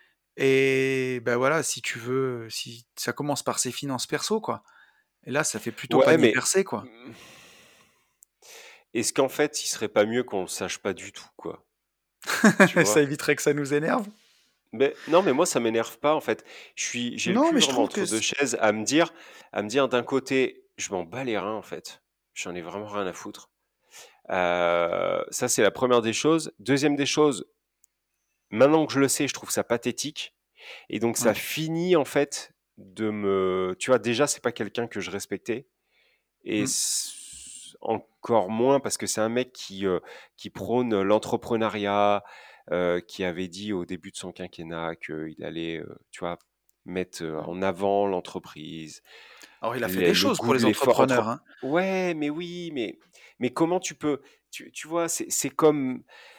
Et ben voilà, si tu veux, si ça commence par ses finances perso, quoi. Et là, ça fait plutôt Ouais, panier mais percé, quoi. est-ce qu'en fait, il serait pas mieux qu'on le sache pas du tout, quoi? Tu Ça vois? éviterait que ça nous énerve. Mais non, mais moi, ça m'énerve pas, en fait. Je suis, j'ai le Non, cul mais je vraiment trouve que entre deux c- chaises à me dire, à me dire d'un côté, je m'en bats les reins, en fait. J'en ai vraiment rien à foutre. Euh, ça, c'est la première des choses. Deuxième des choses, maintenant que je le sais, je trouve ça pathétique. Et donc, ça ouais. finit, en fait, de me. Tu vois, déjà, c'est pas quelqu'un que je respectais. Et Mm. s- encore moins parce que c'est un mec qui, euh, qui prône l'entrepreneuriat, euh, qui avait dit au début de son quinquennat qu'il allait, euh, tu vois, mettre euh, Mm. en avant l'entreprise, Alors, il a fait le, des le choses goût pour de les l'effort. entrepreneurs, Entre... hein. Ouais, mais oui, mais, mais comment tu peux. Tu, tu vois, c'est c'est comme.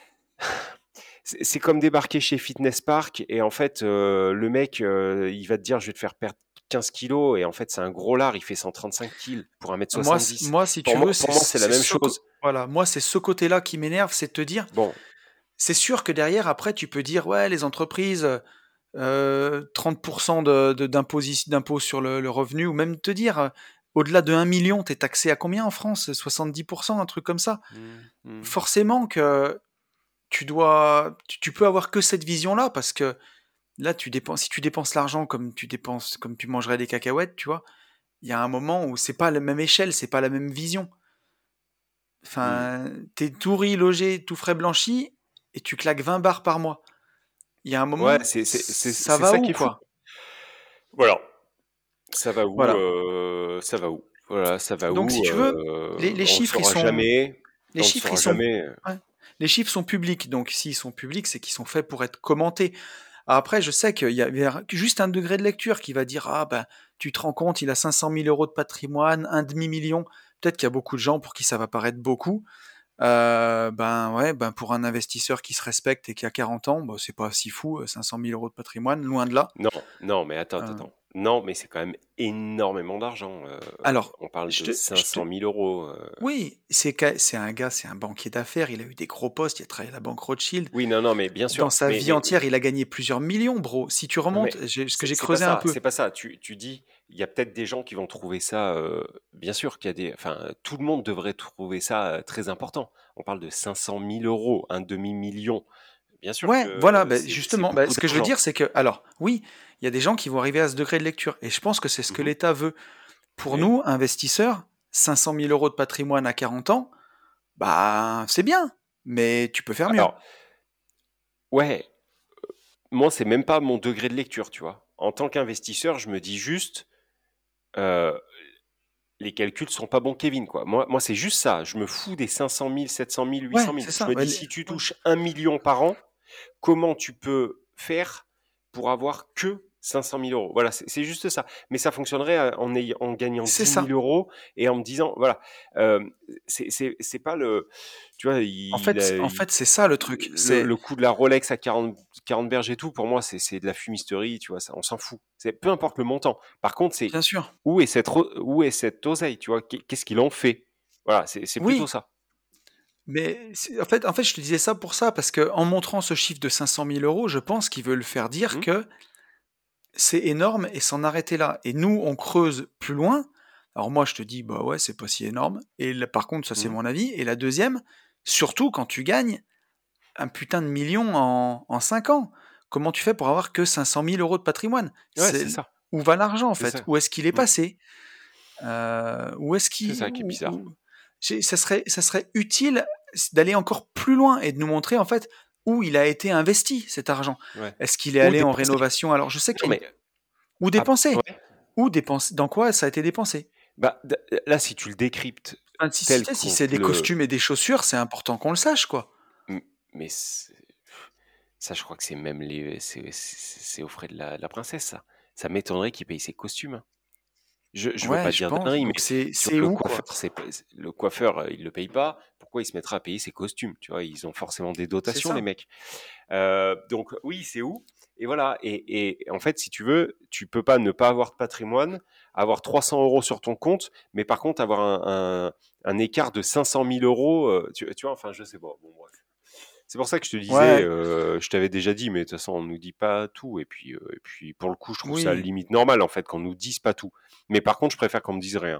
C'est c'est comme débarquer chez Fitness Park et en fait, euh, le mec, euh, il va te dire, je vais te faire perdre quinze kilos et en fait, c'est un gros lard, il fait cent trente-cinq kilos pour un mètre Moi, c- soixante-dix. moi, si Pour tu moi, veux, pour c'est moi, c'est la c'est même ce, co- chose. voilà, moi, c'est ce côté-là qui m'énerve, c'est de te dire, Bon, c'est sûr que derrière, après, tu peux dire, ouais, les entreprises, euh, trente pour cent de, de- d'imposi- d'impôt sur le, le revenu, ou même te dire, euh, au-delà de un million, t'es taxé à combien en France? soixante-dix pour cent, un truc comme ça. mmh, mmh. Forcément que tu dois, tu, tu peux avoir que cette vision-là, parce que là, tu dépenses, si tu dépenses l'argent comme tu dépenses, comme tu mangerais des cacahuètes, tu vois, il y a un moment où c'est pas la même échelle, c'est pas la même vision. Mmh. Enfin, t'es tout riz, logé, tout frais blanchi, et tu claques vingt bars par mois. Il y a un Ouais, moment, c'est c'est c'est ça c'est va ça où, qui est fou. quoi? Voilà. Ça va où, Voilà. heu, ça va où? Voilà, ça va Donc, si où, tu veux, les, heu, les on le chiffres, ils saura sont, jamais, les on le chiffres, ils saura sont, jamais. ouais. Les chiffres sont publics. Donc, s'ils sont publics, c'est qu'ils sont faits pour être commentés. Après, je sais qu'il y a il y a juste un degré de lecture qui va dire, ah ben, tu te rends compte, il a cinq cent mille euros de patrimoine, un demi-million. Peut-être qu'il y a beaucoup de gens pour qui ça va paraître beaucoup. Euh, ben ouais, ben pour un investisseur qui se respecte et qui a quarante ans, bah, c'est pas si fou, euh, cinq cent mille euros de patrimoine, loin de là. Non, non, mais attends, attends, Euh, attends. Non, mais c'est quand même énormément d'argent, heu, alors, on parle je de te, je te, cinq cent mille euros, heu. oui, c'est ca- c'est un gars, c'est un banquier d'affaires, il a eu des gros postes, il a travaillé à la banque Rothschild. Oui, non, non, mais bien Dans sûr, sa mais vie mais entière, il a gagné plusieurs millions, bro. Si tu non, remontes, mais j'ai- ce que c'est j'ai c'est pas creusé un ça, peu. c'est pas ça. Tu tu dis, il y a peut-être des gens qui vont trouver ça, heu, bien sûr qu'il y a des enfin, tout le monde devrait trouver ça, heu, très important. On parle de cinq cent mille euros, un demi-million. Bien sûr Ouais, voilà, que ben c'est c'est justement, ben beaucoup ce que je veux d'argent. dire, c'est que, alors, oui, il y a des gens qui vont arriver à ce degré de lecture, et je pense que c'est ce que Mmh. l'État veut. Pour Oui. nous, investisseurs, cinq cent mille euros de patrimoine à quarante ans, bah, c'est bien, mais tu peux faire mieux. Alors, ouais, moi, c'est même pas mon degré de lecture, tu vois? En tant qu'investisseur, je me dis juste, heu, les calculs sont pas bons, Kevin, quoi. Moi moi, c'est juste ça. Je me fous des cinq cent mille, sept cent mille, huit Ouais, cent mille. c'est Je ça. me Ouais, dis, les- si tu ouais. touches un million par an, comment tu peux faire pour avoir que cinq cent mille euros? Voilà, c'est c'est juste ça. Mais ça fonctionnerait euh, en, ayant- en gagnant C'est dix ça. mille euros et en me disant, voilà, euh, c'est c'est- c'est pas le, tu vois, En il, fait, a- en il- fait, c'est ça le truc. le, C'est le coût de la Rolex à quarante, quarante berges et tout, pour moi, c'est c'est de la fumisterie, tu vois, ça, on s'en fout. C'est peu importe le montant. Par contre, c'est bien sûr. où est cette, ro- où est cette oseille, tu vois, qu'est- qu'est-ce qu'il en fait? Voilà, c'est c'est plutôt Oui, ça. mais c'est- en fait, en fait, je te disais ça pour ça, parce que en montrant ce chiffre de cinq cent mille euros, je pense qu'ils veulent faire dire Hmm. que c'est énorme et s'en arrêter là. Et nous, on creuse plus loin. Alors moi, je te dis, bah ouais, c'est pas si énorme. Et là, par contre, ça c'est Hmm. mon avis. Et la deuxième, surtout quand tu gagnes un putain de million en, en cinq ans. Comment tu fais pour avoir que cinq cent mille euros de patrimoine? Ouais, C'est c'est ça. où va l'argent en C'est fait? ça. Où est-ce qu'il est Hmm. passé? Euh, où est-ce C'est qu'il ça qui est où- bizarre. où- j'ai- ça serait ça serait utile d'aller encore plus loin et de nous montrer en fait où il a été investi cet argent. Ouais. Est-ce qu'il est Ou allé en dépenser. rénovation? Alors je sais Non, qu'il y a une... mais ou ah, dépensé, ouais. ou dépensé. Dans quoi ça a été dépensé? Bah, d- là, si tu le décryptes Enfin, si, si, tel si qu'on c'est te des le. costumes et des chaussures, c'est important qu'on le sache quoi. M- Mais c'est- ça, je crois que c'est même les. C'est c'est- c'est aux frais de la, de la princesse, ça. Ça m'étonnerait qu'il paye ses costumes, hein. je, je veux Ouais, pas je dire pense. dinguerie, mais Donc c'est tu vois, c'est le où, coiffeur, quoi? c'est pas- le coiffeur, euh, il le paye pas. Pourquoi il se mettra à payer ses costumes? Tu vois, ils ont forcément des C'est dotations, les ça. mecs. Euh, donc oui, c'est où? Et voilà. Et, et en fait, si tu veux, tu peux pas ne pas avoir de patrimoine, avoir trois cents euros sur ton compte, mais par contre avoir un, un, un écart de cinq cent mille euros. euh, tu, tu vois, enfin, je sais pas. Bon, bref. C'est pour ça que je te disais, Ouais, euh, je t'avais déjà dit, mais de toute façon, on nous dit pas tout. Et puis, euh, et puis, pour le coup, je trouve ça oui. limite normal, en fait, qu'on nous dise pas tout. Mais par contre, je préfère qu'on me dise rien.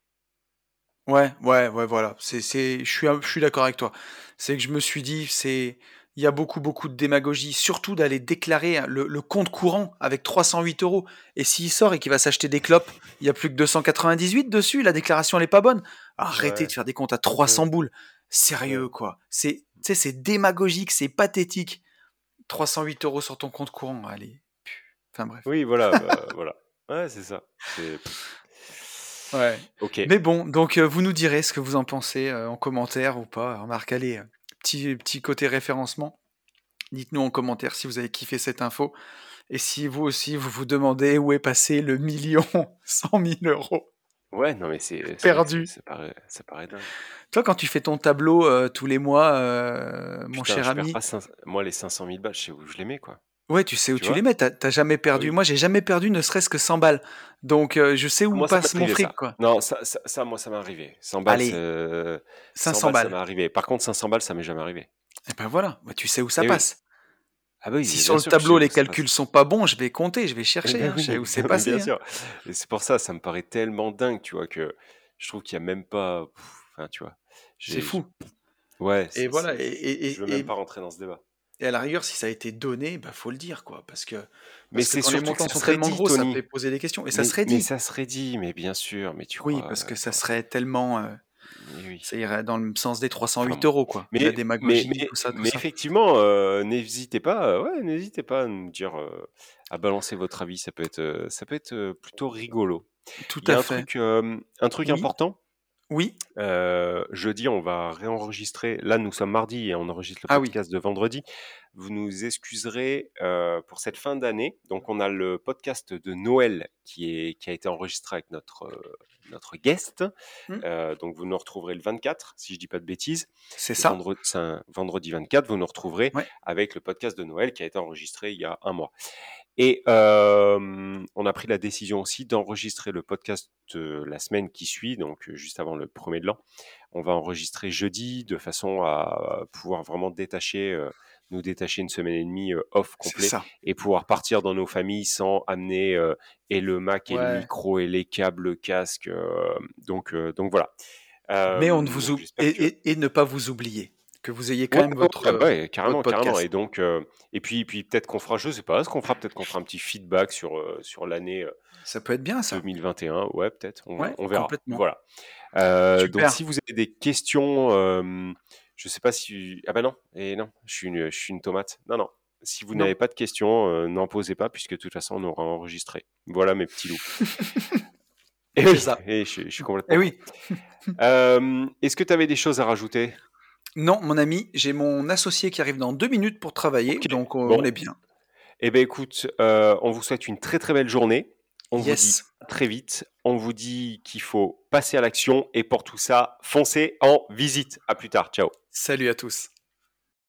Ouais, ouais, ouais, voilà. C'est, c'est, je suis, un- je suis d'accord avec toi. C'est que je me suis dit, c'est, il y a beaucoup, beaucoup de démagogie, surtout d'aller déclarer le, le compte courant avec trois cent huit euros. Et s'il sort et qu'il va s'acheter des clopes, il y a plus que deux cent quatre-vingt-dix-huit dessus, la déclaration, elle est pas bonne. Arrêtez de Ouais, faire des comptes à trois cents ouais, boules. ouais. Sérieux, quoi. C'est, tu sais, c'est démagogique, c'est pathétique. trois cent huit euros sur ton compte courant, allez. Enfin bref. Oui, voilà, bah, voilà. Ouais, c'est ça. C'est Ouais. ok. Mais bon, donc euh, vous nous direz ce que vous en pensez euh, en commentaire ou pas. Remarque, allez, euh, petit, petit côté référencement. Dites-nous en commentaire si vous avez kiffé cette info. Et si vous aussi, vous vous demandez où est passé le million cent mille euros Ouais, non, mais c'est c'est vrai que c'est- perdu. ça paraît, ça paraît dingue. Toi, quand tu fais ton tableau euh, tous les mois, euh, mon Putain, cher je perds ami, pas cinq moi les cinq cent mille balles, je sais où je les mets, quoi. ouais, tu sais où Tu tu les vois? mets. T'as t'as jamais Ah perdu. oui. Moi, j'ai jamais perdu ne serait-ce que cent balles. Donc, euh, je sais où Moi, ça m'est passe mon arrivé, fric, ça. quoi. Non, ça, ça, ça, moi, ça m'est arrivé. cent balles, Allez, c'est- cent cinq cents balles, ça m'est balles. arrivé. Par contre, cinq cents balles, ça m'est jamais arrivé. Et ben voilà, bah, tu sais où ça Eh oui. passe. Ah bah Si oui, sur bien le sûr que je sais tableau où les ça passe. calculs sont pas bons, je vais compter, je vais Eh chercher, ben hein, je sais où oui, c'est bien, bien passé, hein. sûr. Et c'est pour ça, ça me paraît tellement dingue, tu vois, que je trouve qu'il y a même pas. pff, Enfin, tu vois. C'est J'ai, j'ai- fou. Ouais, Et c'est, voilà, c'est, et, je, et, je veux et, même et- pas rentrer dans ce débat. et à la rigueur, si ça a été donné, bah faut le dire, quoi. Parce que, Mais parce que c'est quand les surtout que montants ça sont serait tellement dit, gros, ça fait Tony. poser des questions. Et ça Mais, serait mais dit. ça serait dit, mais bien sûr. Mais tu Oui, crois. parce que euh, ça Enfin, serait tellement. euh, mais oui. ça irait dans le sens des Enfin trois cent huit bon. euros, quoi. La Mais, mais, démagogie, mais, tout ça, tout mais ça. effectivement, euh, n'hésitez pas, euh, ouais, n'hésitez pas à nous dire, euh, à balancer votre avis. Ça peut être, euh, ça peut être euh, plutôt rigolo. Tout Il y à a un fait. truc, euh, un truc Oui, important. oui. Euh, jeudi, on va réenregistrer. Là, nous sommes mardi et on enregistre le Ah oui, podcast de vendredi. Vous nous excuserez euh, pour cette fin d'année. Donc, on a le podcast de Noël qui, est, qui a été enregistré avec notre, euh, notre guest. hmm, Euh, donc, vous nous retrouverez le vingt-quatre, si je dis pas de bêtises. c'est Le ça. vendredi, c'est un vendredi vingt-quatre, vous nous retrouverez Ouais, avec le podcast de Noël qui a été enregistré il y a un mois. Et euh, on a pris la décision aussi d'enregistrer le podcast de la semaine qui suit, donc euh, juste avant le premier de l'an. On va enregistrer jeudi de façon à pouvoir vraiment détacher, euh, nous détacher une semaine et demie euh, off c'est complet ça. et pouvoir partir dans nos familles sans amener euh, et le Mac et le Ouais. micro et les câbles, le casque. euh, donc, euh, donc voilà. Euh, Mais on ne vous donc oublie. j'espère Et, que et, et ne pas vous oublier. Que vous ayez quand ouais, même ouais, votre, ouais, euh, bah ouais, votre carrément, carrément. Et podcast. donc, euh, et puis, puis peut-être qu'on fera, je sais pas, ce qu'on fera, peut-être qu'on fera un petit feedback sur euh, sur l'année euh, Ça peut être bien, ça. deux mille vingt et un. Ouais, peut-être. On, Ouais, on verra. complètement. Voilà. Euh, donc, Super. si vous avez des questions, euh, je sais pas si. Ah bah non. Et non, je suis une, je suis une tomate. Non, non. Si vous Non. n'avez pas de questions, euh, n'en posez pas, puisque de toute façon, on aura enregistré. Voilà mes petits loups. Et C'est oui, ça. et je, je suis Eh complètement con. oui. Euh, est-ce que tu avais des choses à rajouter? Non, mon ami, j'ai mon associé qui arrive dans deux minutes pour travailler, Ok. donc euh, on Bon, est bien. eh bien, écoute, euh, on vous souhaite une très très belle journée. On vous dit Yes. à très vite. On vous dit qu'il faut passer à l'action et pour tout ça, foncez en visite. À plus tard. Ciao. Salut à tous.